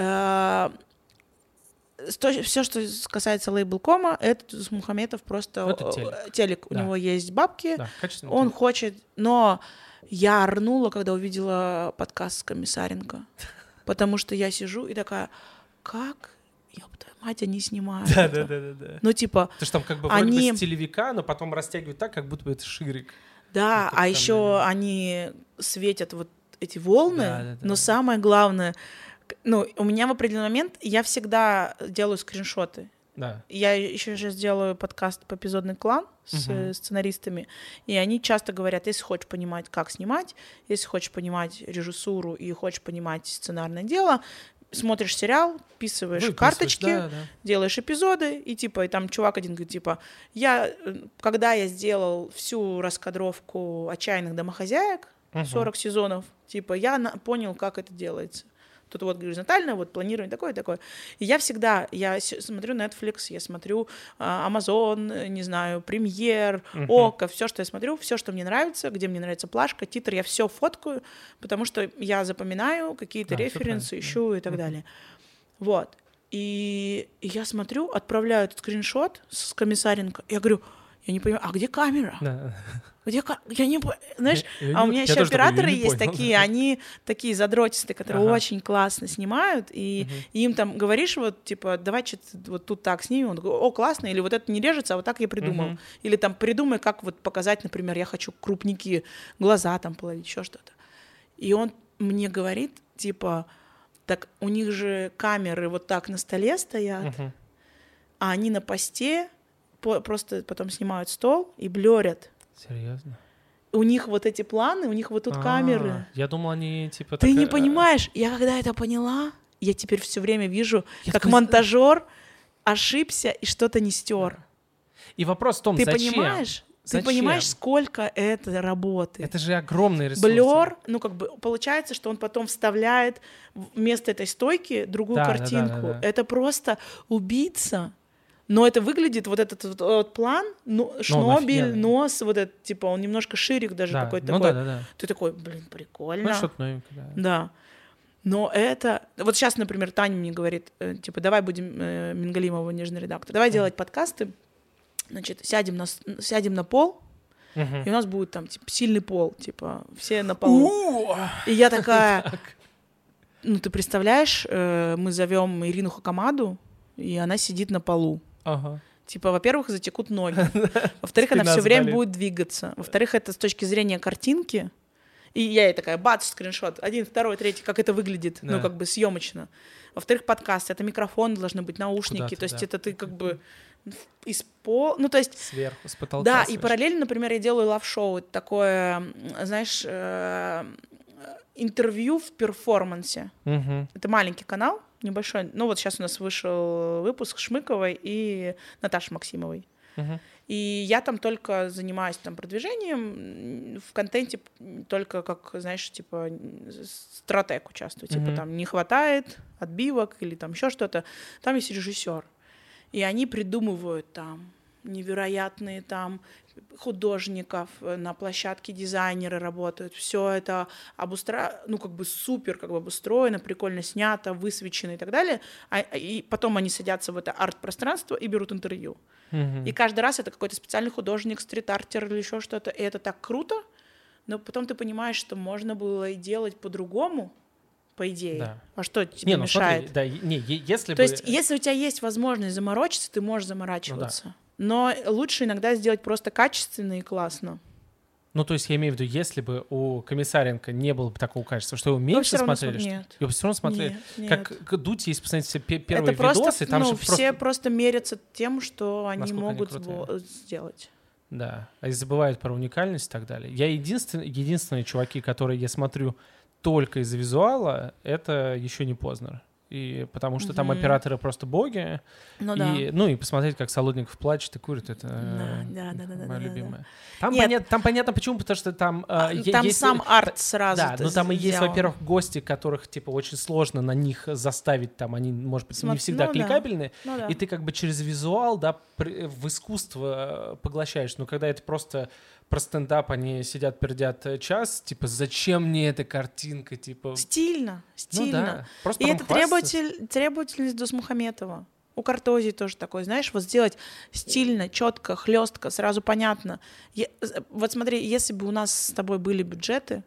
все, что касается лейбл.кома, это Мухаметов просто телек. У него есть бабки, он хочет... Но я орнула, когда увидела подкаст с Комиссаренко, потому что я сижу и такая... Как, ёб твою мать, они снимают это? Да. Ну, типа... Потому что там как бы вроде бы с телевика, но потом растягивают так, как будто бы это ширик. Да, а еще они светят вот эти волны, но самое главное... Ну, у меня в определенный момент я всегда делаю скриншоты. Да. Я еще сейчас делаю подкаст по «Эпизодный клан» с сценаристами, и они часто говорят, если хочешь понимать, как снимать, если хочешь понимать режиссуру и хочешь понимать сценарное дело, смотришь сериал, вписываешь карточки, делаешь эпизоды, и типа, и там чувак один говорит, типа, когда я сделал всю раскадровку «Отчаянных домохозяек», 40 сезонов, типа, я понял, как это делается. Тут вот горизонтально, вот планирование такое. И я смотрю Netflix, я смотрю Amazon, не знаю, Премьер, Око, все, что я смотрю, все, что мне нравится, где мне нравится плашка, титр, я все фоткаю, потому что я запоминаю какие-то референсы, ищу и так далее. Вот. И я смотрю, отправляю этот скриншот с Комиссаренко, я говорю, я не понимаю, а где камера? Я не понимаю. Знаешь, у меня еще операторы есть такие, они такие задротистые, которые очень классно снимают, и им там говоришь, вот, типа, давай что-то вот тут так снимем, он такой, о, классно, или вот это не режется, а вот так я придумал. Или там придумай, как вот показать, например, я хочу крупники, глаза там половить, еще что-то. И он мне говорит, типа, так у них же камеры вот так на столе стоят, а они на посте просто потом снимают стол и блёрят. Серьезно? У них вот эти планы, у них вот тут камеры. Я думал, они типа... Ты не понимаешь, я когда это поняла, я теперь все время вижу, как монтажер ошибся и что-то не стер. И вопрос в том, зачем? Ты понимаешь, сколько это работает? Это же огромный ресурс. Блер, ну как бы получается, что он потом вставляет вместо этой стойки другую картинку. Да. Это просто убийца. Но это выглядит, вот этот вот план, шнобель, нос, вот этот, типа, он немножко ширик даже какой-то такой. Да. Ты такой, блин, прикольно. Ну, что-то новенькое, да. Но это... Вот сейчас, например, Таня мне говорит, типа, давай будем, Мингалимова, нежный редактор, давай делать подкасты, значит, сядем на пол, и у нас будет там, типа, сильный пол, типа, все на полу. И я такая, ну, ты представляешь, мы зовем Ирину Хакамаду, и она сидит на полу. Типа, во-первых, затекут ноги. Во-вторых, она все время будет двигаться. Во-вторых, это с точки зрения картинки. И я ей такая, бац, скриншот. 1, 2, 3, как это выглядит. Да. Ну, как бы съемочно. Во-вторых, подкаст. Это микрофон, должны быть наушники. Куда-то, то есть это ты как бы ну, то есть... Сверху, с потолка. Да, и параллельно, например, я делаю лав-шоу. Это такое, знаешь, интервью в перформансе. Это маленький канал, небольшой. Ну, вот сейчас у нас вышел выпуск Шмыковой и Наташи Максимовой. И я там только занимаюсь там продвижением, в контенте только как, знаешь, типа стратег участвую. Типа там не хватает отбивок или там еще что-то. Там есть режиссер. И они придумывают там невероятные там художников, на площадке дизайнеры работают. Все это ну, как бы супер как бы обустроено, прикольно снято, высвечено и так далее. И потом они садятся в это арт-пространство и берут интервью. И каждый раз это какой-то специальный художник, стрит-артер или еще что-то. И это так круто, но потом ты понимаешь, что можно было и делать по-другому, по идее. Да. А что тебе мешает? Смотри, если То есть, если у тебя есть возможность заморочиться, ты можешь заморачиваться. Но лучше иногда сделать просто качественно и классно. Ну, то есть я имею в виду, если бы у Комиссаренко не было бы такого качества, что его меньше смотрели? Нет. Его все равно смотрели? Нет. Как Дудь, если посмотреть все первые это просто, видосы, там же все просто мерятся тем, что они могут сделать. Да, и забывают про уникальность и так далее. Я единственные чуваки, которые я смотрю только из-за визуала, это еще не Познер. И потому что там операторы просто боги. Ну и посмотреть, как Солодников плачет и курит, это моя любимая. Там понятно почему, потому что там... там есть, сам арт сразу. Да, но там и есть, во-первых, гости, которых типа очень сложно на них заставить, там они, может быть, не всегда кликабельные, и ты как бы через визуал, да, в искусство поглощаешь. Но когда это просто... Про стендап они сидят, пердят час, типа, зачем мне эта картинка, типа... Стильно. Ну, да. И это требовательность Дусмухаметова. У Картози тоже такой, знаешь, вот сделать стильно, четко, хлестко, сразу понятно. Вот смотри, если бы у нас с тобой были бюджеты,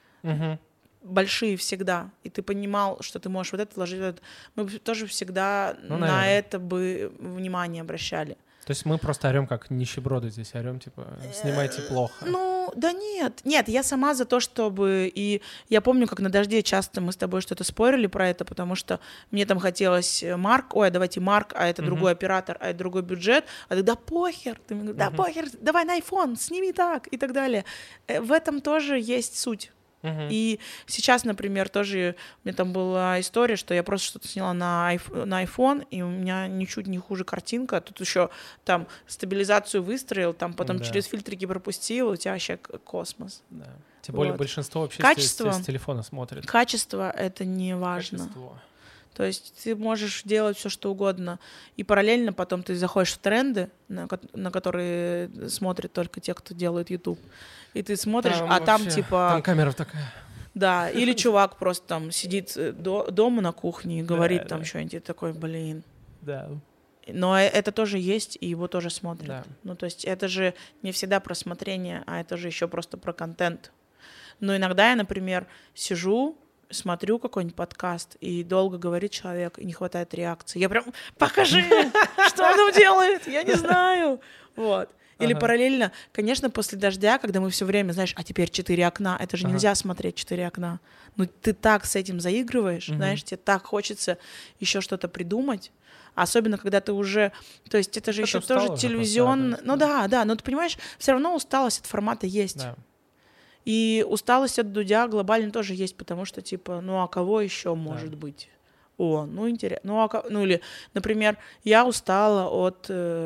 большие всегда, и ты понимал, что ты можешь вот это вложить, мы бы тоже всегда на это бы внимание обращали. То есть мы просто орем как нищеброды здесь, орем, типа, снимайте плохо. Ну, да нет, я сама за то, чтобы... И я помню, как на «Дожде» часто мы с тобой что-то спорили про это, потому что мне там хотелось давайте Марк, а это другой оператор, а это другой бюджет, а ты, да похер, похер, давай на iPhone, сними так, и так далее. В этом тоже есть суть. И сейчас, например, тоже у меня там была история, что я просто что-то сняла на iPhone, и у меня ничуть не хуже картинка. Тут еще там стабилизацию выстроил, там потом через фильтрики пропустил, у тебя вообще космос. Да. Тем более большинство вообще с телефона смотрит. Качество — это не важно. То есть ты можешь делать все, что угодно, и параллельно потом ты заходишь в тренды, на которые смотрят только те, кто делает YouTube, и ты смотришь, там типа... Там камера такая. Да, или чувак просто там сидит дома на кухне и говорит там что-нибудь, и такой, блин. Да. Но это тоже есть, и его тоже смотрят. Да. Ну, то есть это же не всегда про смотрение, а это же еще просто про контент. Но иногда я, например, сижу, смотрю какой-нибудь подкаст, и долго говорит человек, и не хватает реакции. Я прям, покажи, что он там делает, я не знаю. Вот. Или параллельно, конечно, после «Дождя», когда мы все время, знаешь, а теперь 4 окна, это же нельзя смотреть 4 окна. Ну, ты так с этим заигрываешь, знаешь, тебе так хочется еще что-то придумать. Особенно, когда ты уже... То есть это же еще тоже телевизионно... Ну да, но ты понимаешь, все равно усталость от формата есть. Да. И усталость от Дудя глобально тоже есть, потому что, типа, ну а кого еще может быть? Ну интересно. Ну или, например, я устала от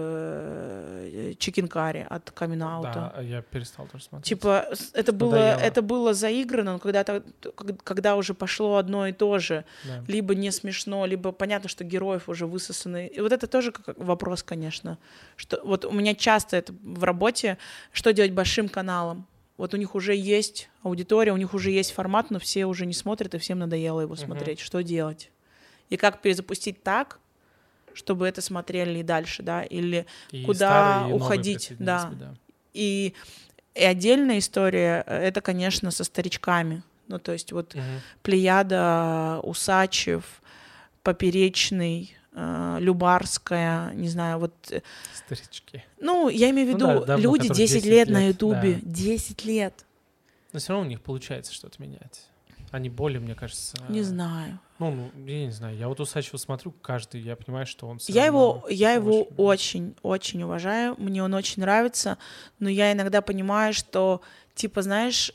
чикенкари, от камин-аута. Да, я перестал тоже смотреть. Типа, это было заиграно, но когда уже пошло одно и то же, либо не смешно, либо понятно, что героев уже высосаны. И вот это тоже как вопрос, конечно. Что, вот у меня часто это в работе, что делать большим каналом. Вот у них уже есть аудитория, у них уже есть формат, но все уже не смотрят, и всем надоело его смотреть. Что делать? И как перезапустить так, чтобы это смотрели и дальше, да? Или и куда уходить, да. И отдельная история, это, конечно, со старичками. Ну, то есть вот Плеяда, Усачев, Поперечный, Любарская, не знаю, вот... Старички. Ну, я имею в виду, давно, люди которые 10 лет на да. Ютубе, 10 лет. Но все равно у них получается что-то менять. Они более, мне кажется... Не знаю. Ну, я не знаю. Я вот Усачева смотрю каждый, я понимаю, что он... Я его очень уважаю, мне он очень нравится, но я иногда понимаю, что, типа, знаешь,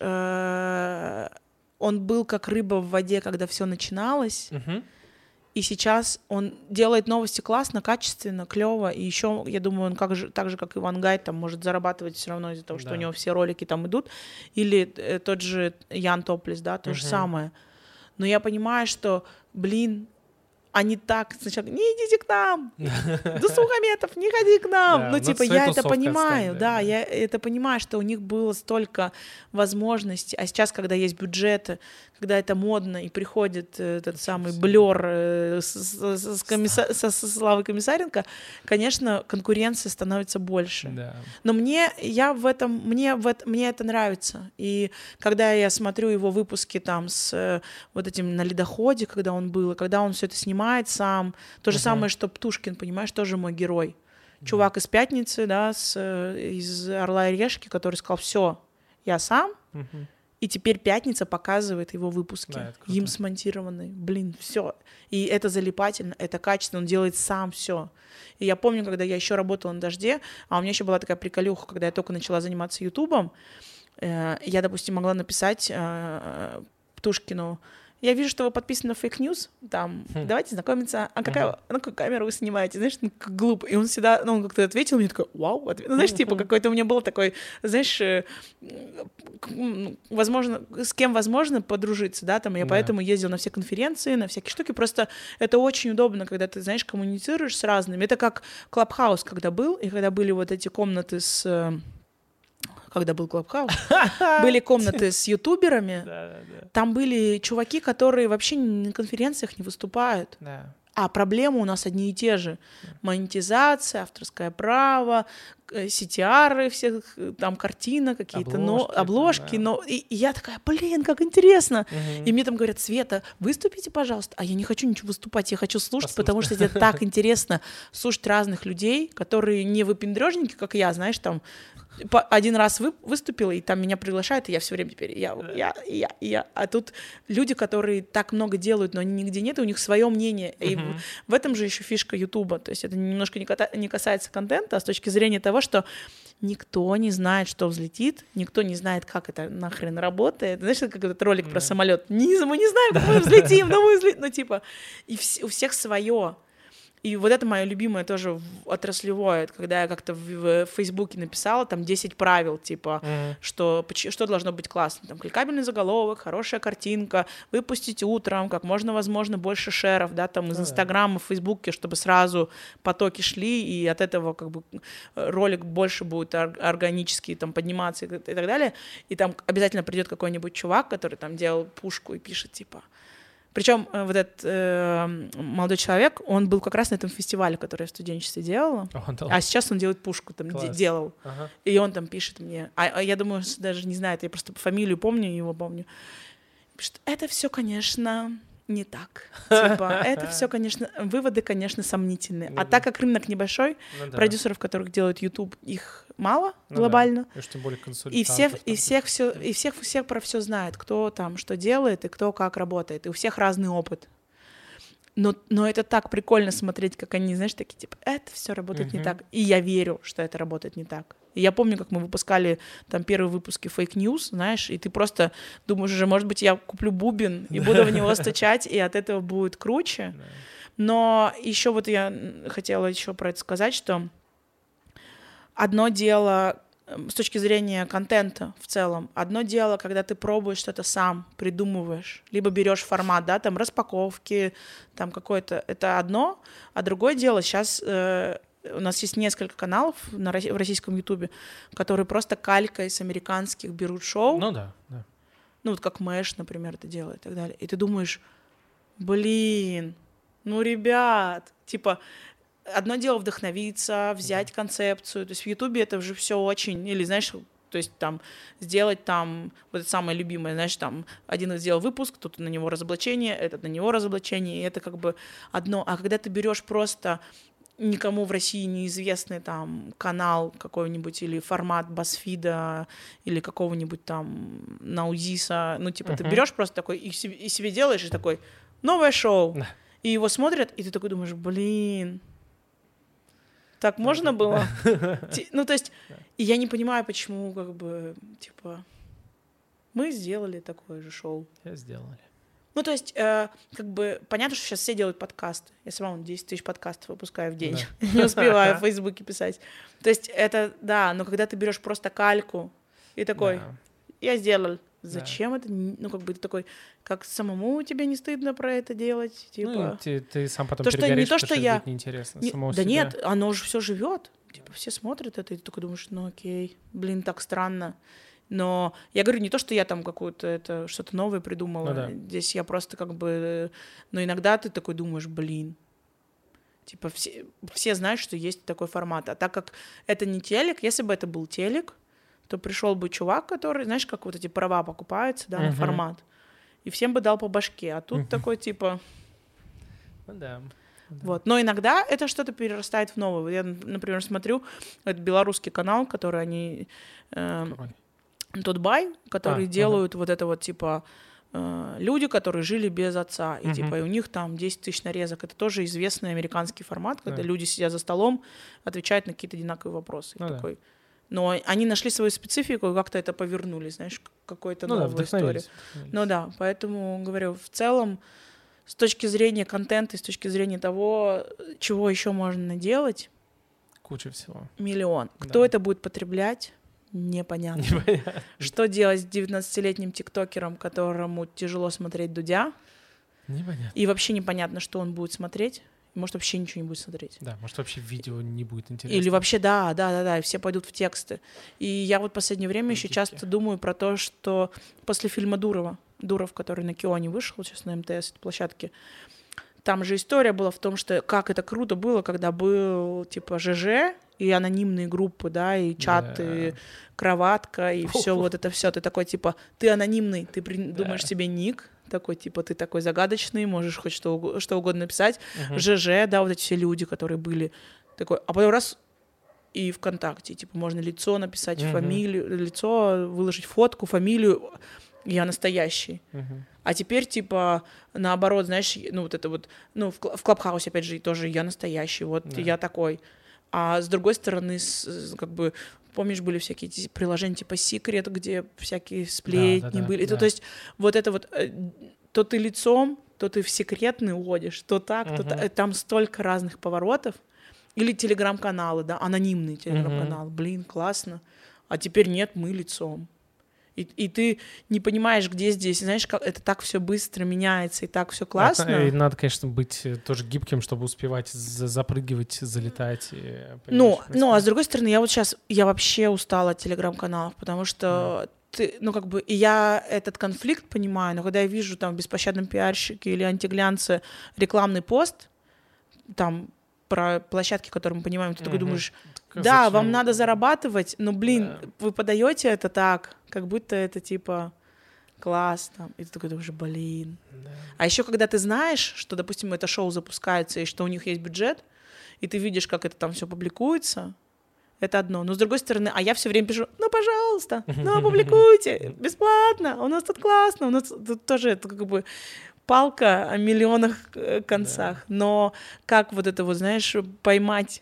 он был как рыба в воде, когда все начиналось, и сейчас он делает новости классно, качественно, клево, и еще, я думаю, он так же, как Иван Гай, там может зарабатывать все равно из-за того, что у него все ролики там идут, или тот же Ян Топлес, да, то же самое. Но я понимаю, что, блин, они так сначала, не идите к нам, Дусмухаметов, не ходи к нам. Ну, типа, я это понимаю, да, я это понимаю, что у них было столько возможностей, а сейчас, когда есть бюджеты, когда это модно, и приходит этот самый Блер со Славой Комиссаренко, конечно, конкуренция становится больше. Да. Но мне это нравится. И когда я смотрю его выпуски там с вот этим на ледоходе, когда он был, и когда он все это снимает сам, то же самое, что Птушкин, понимаешь, тоже мой герой. Чувак из «Пятницы», да, из «Орла и решки», который сказал: все, я сам. И теперь «Пятница» показывает его выпуски, да, им смонтированные. Блин, все. И это залипательно, это качественно, он делает сам все. И я помню, когда я еще работала на «Дожде», а у меня еще была такая приколюха, когда я только начала заниматься Ютубом, я, допустим, могла написать Птушкину: я вижу, что вы подписаны на Fake News, там, давайте знакомиться, на какую камеру вы снимаете, знаешь, ну, как глупо. И он всегда, он как-то ответил, мне такой: вау, ну, знаешь, типа, какой-то у меня был такой, знаешь, возможно, с кем возможно подружиться, да, там, я поэтому ездила на все конференции, на всякие штуки, просто это очень удобно, когда ты, знаешь, коммуницируешь с разными. Это как Clubhouse, когда был, и когда были вот эти комнаты когда был Clubhouse, были комнаты с ютуберами, там были чуваки, которые вообще на конференциях не выступают. А проблемы у нас одни и те же. Монетизация, авторское право, CTR, всех там картина какие-то, обложки. И я такая: блин, как интересно. И мне там говорят: Света, выступите, пожалуйста. А я не хочу ничего выступать, я хочу слушать, потому что это так интересно слушать разных людей, которые не выпендрежники, как я, знаешь, там один раз выступила, и там меня приглашают, и я все время теперь я. А тут люди, которые так много делают, но они нигде нет, и у них свое мнение. И в этом же еще фишка Ютуба. То есть это немножко не касается контента, а с точки зрения того, что никто не знает, что взлетит, никто не знает, как это нахрен работает. Знаешь, как этот ролик про самолет. Мы не знаем, как мы взлетим, но мы взлетим. Ну, типа, и у всех свое. И вот это мое любимое тоже отраслевое, когда я как-то в Фейсбуке написала там 10 правил, типа, что должно быть классно. Там кликабельный заголовок, хорошая картинка, выпустить утром, как можно, возможно, больше шеров, да, там из Инстаграма, в Фейсбуке, чтобы сразу потоки шли, и от этого как бы ролик больше будет органически там подниматься и так далее. И там обязательно придет какой-нибудь чувак, который там делал пушку и пишет, типа... Причем вот этот молодой человек, он был как раз на этом фестивале, который я в студенчестве делала, а сейчас он делает пушку, там делал, и он там пишет мне, а я думаю, даже не знает, я просто фамилию помню, его помню, пишет: это все, конечно, не так, типа, это все, конечно, выводы, конечно, сомнительные, а так как рынок небольшой, продюсеров, которых делают YouTube, их мало глобально, и всех про все знают, кто там что делает и кто как работает, и у всех разный опыт. Но это так прикольно смотреть, как они, знаешь, такие, типа, это все работает не так. И я верю, что это работает не так. И я помню, как мы выпускали там первые выпуски Fake News, знаешь, и ты просто думаешь уже, может быть, я куплю бубен и буду в него стучать, и от этого будет круче. Но еще вот я хотела еще про это сказать, что одно дело с точки зрения контента в целом, одно дело, когда ты пробуешь что-то сам, придумываешь, либо берешь формат, да, там распаковки, там какое-то, это одно, а другое дело, сейчас у нас есть несколько каналов в российском Ютубе, которые просто калькой с американских берут шоу. Ну да. Ну вот как Мэш, например, это делает и так далее. И ты думаешь: блин, ну, ребят, типа... Одно дело вдохновиться, взять концепцию. То есть в Ютубе это уже все очень... Или, знаешь, То есть там сделать там, вот это самое любимое, знаешь, там один сделал выпуск, тут на него разоблачение, этот на него разоблачение, и это как бы одно. А когда ты берешь просто никому в России неизвестный там канал какой-нибудь или формат Басфида или какого-нибудь там Наудиса, ну типа ты берешь просто такой и себе делаешь, и такой новое шоу, и его смотрят, и ты такой думаешь, блин, так можно было? Ну, то есть, и я не понимаю, почему, как бы, типа, мы сделали такое же шоу. Сделали. Ну, то есть, как бы, понятно, что сейчас все делают подкасты. Я сама 10 тысяч подкастов выпускаю в день. Не успеваю в Фейсбуке писать. То есть, это, да, но когда ты берешь просто кальку и такой, я сделал. Зачем это? Ну, как бы ты такой, как самому тебе не стыдно про это делать? Типа... Ну, ты сам потом перегоришь, потому что это будет неинтересно. Да нет, оно же все живет. Типа все смотрят это, и ты такой думаешь, ну окей, блин, так странно. Но я говорю не то, что я там какую-то это что-то новое придумала. Ну, да. Здесь я просто как бы... Но иногда ты такой думаешь, блин. Типа все знают, что есть такой формат. А так как это не телек, если бы это был телек, то пришел бы чувак, который, знаешь, как вот эти права покупаются, да, на формат, и всем бы дал по башке. А тут такой, типа... Ну, да. Вот. Но иногда это что-то перерастает в новое. Я, например, смотрю, это белорусский канал, который они... Тотбай, которые делают вот это вот, типа... люди, которые жили без отца, и типа и у них там 10 тысяч нарезок. Это тоже известный американский формат, когда люди сидят за столом, отвечают на какие-то одинаковые вопросы. Такой... Но они нашли свою специфику и как-то это повернули, знаешь, какой-то новую историю. Ну да, поэтому, говорю, в целом, с точки зрения контента, с точки зрения того, чего еще можно наделать... Куча всего. Миллион. Кто это будет потреблять? Непонятно. Что делать с 19-летним тиктокером, которому тяжело смотреть Дудя? Непонятно. И вообще непонятно, что он будет смотреть. Может, вообще ничего не будет смотреть. Да, может, вообще видео не будет интересно. Или вообще, да, и все пойдут в тексты. И я вот в последнее время еще часто думаю про то, что после фильма Дуров, который на Кионе вышел, сейчас на МТС, этой площадке, там же история была в том, что как это круто было, когда был, типа, ЖЖ, и анонимные группы, да, и чаты, кроватка, и все вот это все. Ты такой, типа, ты анонимный, ты придумаешь себе ник, такой, типа, ты такой загадочный, можешь хоть что угодно написать. ЖЖ, да, вот эти все люди, которые были. Такой, а потом раз и ВКонтакте, типа, можно лицо написать, фамилию, лицо, выложить фотку, фамилию, я настоящий. А теперь, типа, наоборот, знаешь, ну, вот это вот, ну, в Клабхаусе, опять же, тоже я настоящий, вот я такой. А с другой стороны, как бы, помнишь, были всякие эти приложения типа Secret, где всякие сплетни были. То есть вот это вот, то ты лицом, то ты в секретный уходишь, то так, то так. Там столько разных поворотов. Или телеграм-каналы, да, анонимные телеграм-каналы. Блин, классно. А теперь нет, мы лицом. И ты не понимаешь, где здесь, знаешь, как это так все быстро меняется, и так все классно. И надо, конечно, быть тоже гибким, чтобы успевать запрыгивать, залетать. Ну, а с другой стороны, я вообще устала от телеграм-каналов, потому что ну, как бы, и я этот конфликт понимаю, но когда я вижу там в «Беспощадном пиарщике» или «Антиглянце» рекламный пост, там, про площадки, которые мы понимаем, ты такой думаешь, да, зачем? Вам надо зарабатывать, но, блин, вы подаете это так, как будто это, типа, классно. И ты такой думаешь, блин. А еще когда ты знаешь, что, допустим, это шоу запускается, и что у них есть бюджет, и ты видишь, как это там все публикуется, это одно. Но с другой стороны, а я все время пишу, ну, пожалуйста, ну, опубликуйте, бесплатно, у нас тут классно, у нас тут тоже это как бы палка о миллионах концах. Но как вот это вот, знаешь, поймать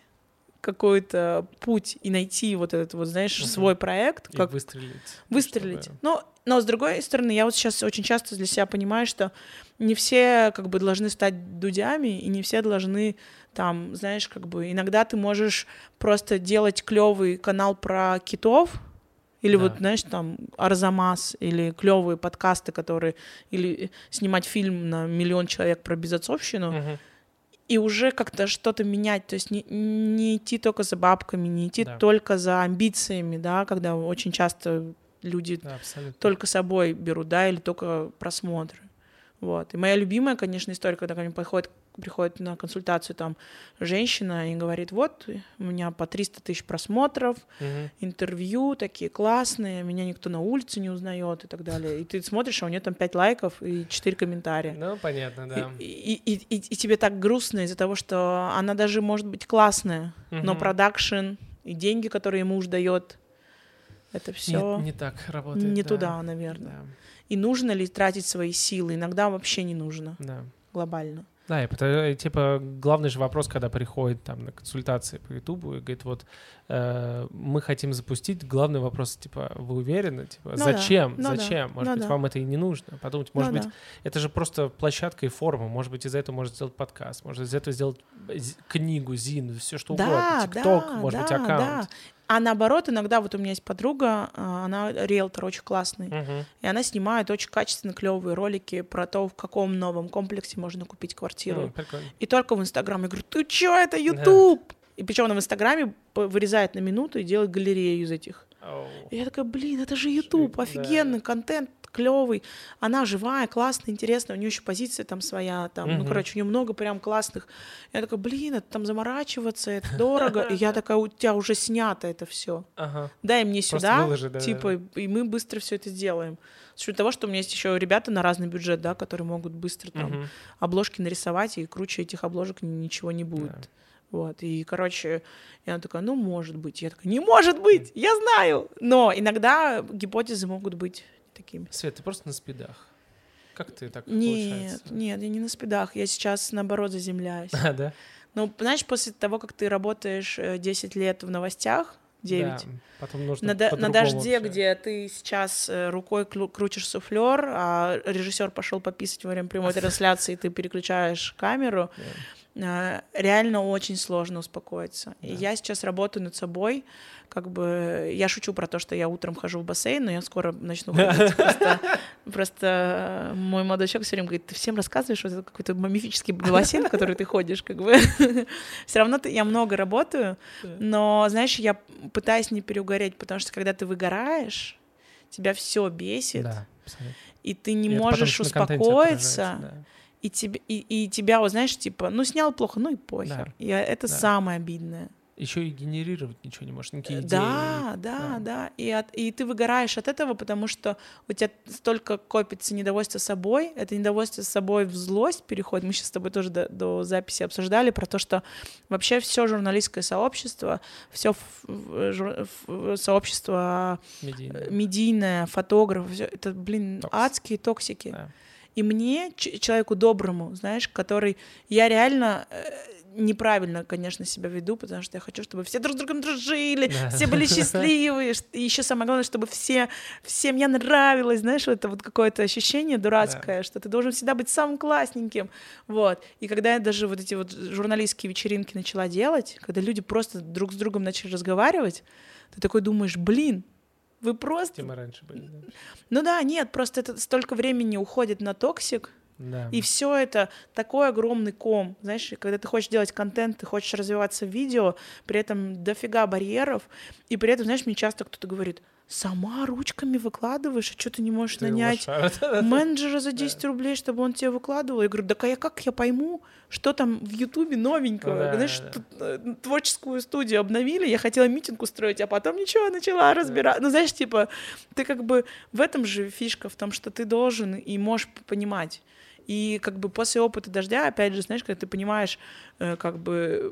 какой-то путь и найти вот этот вот, знаешь, свой проект. И как выстрелить. Чтобы... Но с другой стороны, я вот сейчас очень часто для себя понимаю, что не все как бы должны стать дудями, и не все должны там, знаешь, как бы иногда ты можешь просто делать клевый канал про китов, или вот, знаешь, там, Арзамас, или клевые подкасты, которые... Или снимать фильм на 1 миллион человек про безотцовщину, и уже как-то что-то менять, то есть не идти только за бабками, не идти только за амбициями, да, когда очень часто люди только собой берут, да, или только просмотры. Вот. И моя любимая, конечно, история, когда ко мне подходит приходит на консультацию там женщина и говорит, вот, у меня по 300 тысяч просмотров, интервью такие классные, меня никто на улице не узнает и так далее. И ты смотришь, а у нее там 5 лайков и 4 комментария. Ну, понятно, да. И тебе так грустно из-за того, что она даже может быть классная, но продакшн и деньги, которые муж дает, это все не так работает. Не туда, наверное. Да. И нужно ли тратить свои силы? Иногда вообще не нужно. Да. Глобально. Да, и типа главный же вопрос, когда приходит там на консультации по Ютубу и говорит, вот мы хотим запустить, главный вопрос, типа, вы уверены? Типа, зачем? Зачем? Может быть, вам это и не нужно. Подумать, может быть, это же просто площадка и форма. Может быть, из-за этого можно сделать подкаст, может из-за этого сделать книгу, зин, все что угодно. ТикТок, может быть, аккаунт. Да. А наоборот, иногда вот у меня есть подруга, она риэлтор очень классный, и она снимает очень качественно клевые ролики про то, в каком новом комплексе можно купить квартиру. И только в Инстаграме. Я говорю, ты чё, это Ютуб? И причем она в Инстаграме вырезает на минуту и делает галерею из этих. И я такая, блин, это же Ютуб, офигенный контент, клевый. Она живая, классная, интересная, у нее еще позиция там своя, там, ну, короче, у нее много прям классных. Я такая, блин, это там заморачиваться, это дорого. И я такая, у тебя уже снято это все. Дай мне сюда, выложи, типа, и мы быстро все это сделаем. С учетом того, что у меня есть еще ребята на разный бюджет, да, которые могут быстро там обложки нарисовать, и круче этих обложек ничего не будет. Вот, и, короче, я такая, ну, может быть. Я такая, не может быть, я знаю. Но иногда гипотезы могут быть такими. Свет, ты просто на спидах. Как ты так получается? Нет, я не на спидах. Я сейчас, наоборот, заземляюсь. Да? Ну, знаешь, после того, как ты работаешь 10 лет в новостях, 9, да, потом нужно на дожде, где ты сейчас рукой крутишь суфлер, а режиссер пошел пописать во время прямой трансляции, и ты переключаешь камеру, реально очень сложно успокоиться. Да. И я сейчас работаю над собой, как бы, я шучу про то, что я утром хожу в бассейн, но я скоро начну ходить. Просто мой молодой человек все время говорит, ты всем рассказываешь, что это какой-то мифический бассейн, в который ты ходишь, как бы. Все равно я много работаю, но, знаешь, я пытаюсь не переугореть, потому что когда ты выгораешь, тебя все бесит, и ты не можешь успокоиться. И тебя, вот, знаешь, типа, ну, снял плохо, ну и похер. Да. Это самое обидное. Еще и генерировать ничего не можешь, никакие идеи. Да. И ты выгораешь от этого, потому что у тебя столько копится недовольство собой, это недовольство собой в злость переходит. Мы сейчас с тобой тоже до записи обсуждали про то, что вообще все журналистское сообщество, все сообщество медийное, фотографы, всё, это, блин, адские токсики. Да. И мне, человеку доброму, знаешь, который... Я реально неправильно, конечно, себя веду, потому что я хочу, чтобы все друг с другом дружили, все были счастливы. И еще самое главное, чтобы всем мне нравилось, знаешь, это вот какое-то ощущение дурацкое, что ты должен всегда быть самым классненьким. Вот. И когда я даже вот эти вот журналистские вечеринки начала делать, когда люди просто друг с другом начали разговаривать, ты такой думаешь, блин, вы просто... Темы раньше были, да? Ну да, нет, просто это столько времени уходит на токсик, да. И все это такой огромный ком, знаешь, когда ты хочешь делать контент, ты хочешь развиваться в видео, при этом дофига барьеров, и при этом, знаешь, мне часто кто-то говорит, сама ручками выкладываешь, а что ты не можешь нанять менеджера за 10 рублей, чтобы он тебе выкладывал? Я говорю, да как я пойму, что там в Ютубе новенького? Знаешь, тут творческую студию обновили, я хотела митинг устроить, а потом ничего, начала разбирать. Ну, знаешь, типа, ты как бы в этом же фишка, в том, что ты должен и можешь понимать. И как бы после опыта дождя, опять же, знаешь, когда ты понимаешь, как бы...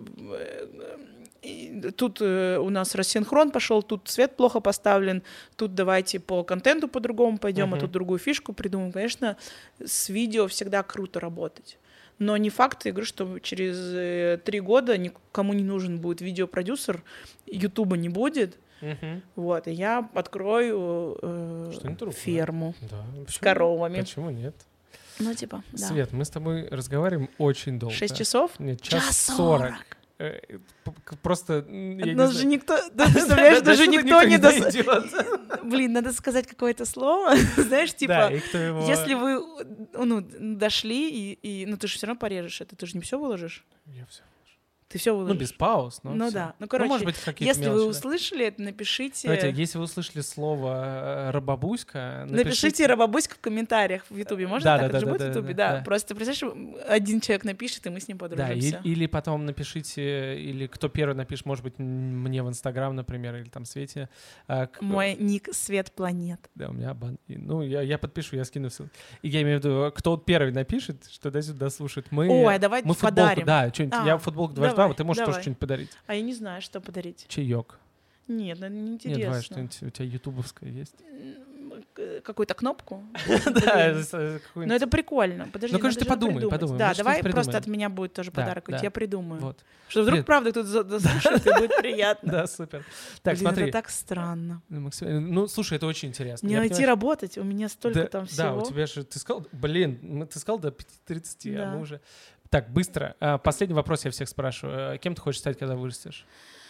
Тут у нас рассинхрон пошел, тут свет плохо поставлен, тут давайте по контенту по-другому пойдем, а тут другую фишку придумаем. Конечно, с видео всегда круто работать. Но не факт, я говорю, что через 3 года никому не нужен будет видеопродюсер, Ютуба не будет. Вот, и я открою ферму с коровами. Почему нет? Ну, типа, да. Свет, мы с тобой разговариваем очень долго. 6 часов? Нет, час 40. Просто, я не знаю. Никто, да, представляешь, даже никто не дойдет. Блин, надо сказать какое-то слово, знаешь, типа, если вы дошли, ну ты же все равно порежешь это, ты же не все выложишь? Я все выложу. Ты все выложишь. Ну, без пауз, но Ну всё. да. Ну, короче, может быть, какие-то если вы мелочи, да. услышали это, напишите... Давайте, если вы услышали слово «рабабуська», Напишите «Рабабуська» в комментариях в Ютубе. Можно Да, так? да, Это же да, будет в да, Ютубе? да, Да. да. Просто представляешь, один человек напишет, и мы с ним Да, подружимся. или потом напишите, или кто первый напишет, может быть, мне в Инстаграм, например, или там Свете. Мой ник Свет Планет. Да, у меня ну, я подпишу, я скину ссылку. И я имею в виду, кто первый напишет, что до-сюда слушает. Ой, давай мы футболку, подарим. да, что-нибудь. Я футболку дважды, вот ты можешь тоже что-нибудь подарить. А я не знаю, что подарить. Чаек. Нет, ну это Нет, давай, неинтересно. что-нибудь у тебя ютубовское есть? Какую-то кнопку? Да, Ну это прикольно. Подожди, ну, конечно, ты надо же подумай. придумать. Да, Может, давай что-нибудь просто придумаем. от меня будет тоже Да, подарок, да. я придумаю. Вот. Что вдруг Привет. правда кто-то дослушает, и будет приятно. Да, супер. Так, Блин, смотри. это так странно. Ну, слушай, это очень интересно. Мне Я найти понимаю, работать, у меня столько да, там да, всего. у тебя же, ты сказал, ты сказал до 5:30, Да. а мы уже... Так, быстро. Последний вопрос я всех спрашиваю. Кем ты хочешь стать, когда вырастешь?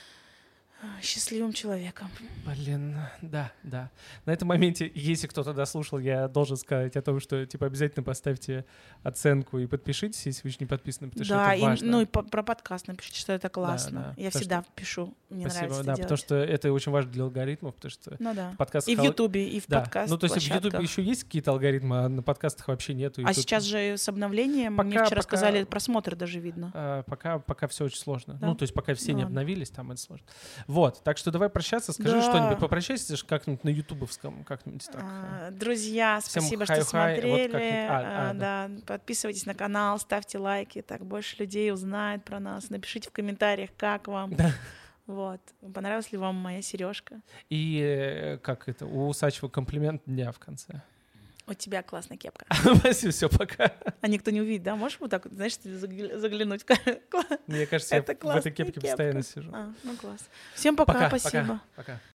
Счастливым человеком. Блин, да. На этом моменте, если кто-то дослушал, я должен сказать о том, что, типа, обязательно поставьте оценку и подпишитесь, если вы еще не подписаны, потому что Да, это важно. ну и про подкаст напишите, что это классно. да, Я потому всегда пишу, мне Спасибо, нравится да, это потому делать. что это очень важно для алгоритмов, потому что Ну да. подкаст... И в Ютубе, и в Да, подкаст ну то есть в Ютубе еще есть какие-то алгоритмы, а на подкастах вообще нету. и А тут, сейчас же с обновлением, мне Пока- вчера пока- сказали, просмотры даже видно. пока все очень сложно. Да? Ну, то есть пока все не Ладно. обновились, там это сложно. Вот, так что давай прощаться, скажи Да. что-нибудь, попрощайся же как-нибудь на ютубовском, как-нибудь так. Друзья, Всем спасибо, что хай-хай, вот смотрели. как-нибудь. Да, подписывайтесь на канал, ставьте лайки, так больше людей узнает про нас. Напишите в комментариях, как вам. Да. Вот. Понравилась ли вам моя сережка? И как это, у Усачева комплимент дня в конце. У тебя классная кепка. Спасибо, все, пока. А никто не увидит, да? Можешь вот так, вот, знаешь, заглянуть? Мне кажется, я Это в этой классная кепке кепка. постоянно сижу. Ну класс. Всем пока, спасибо. Пока.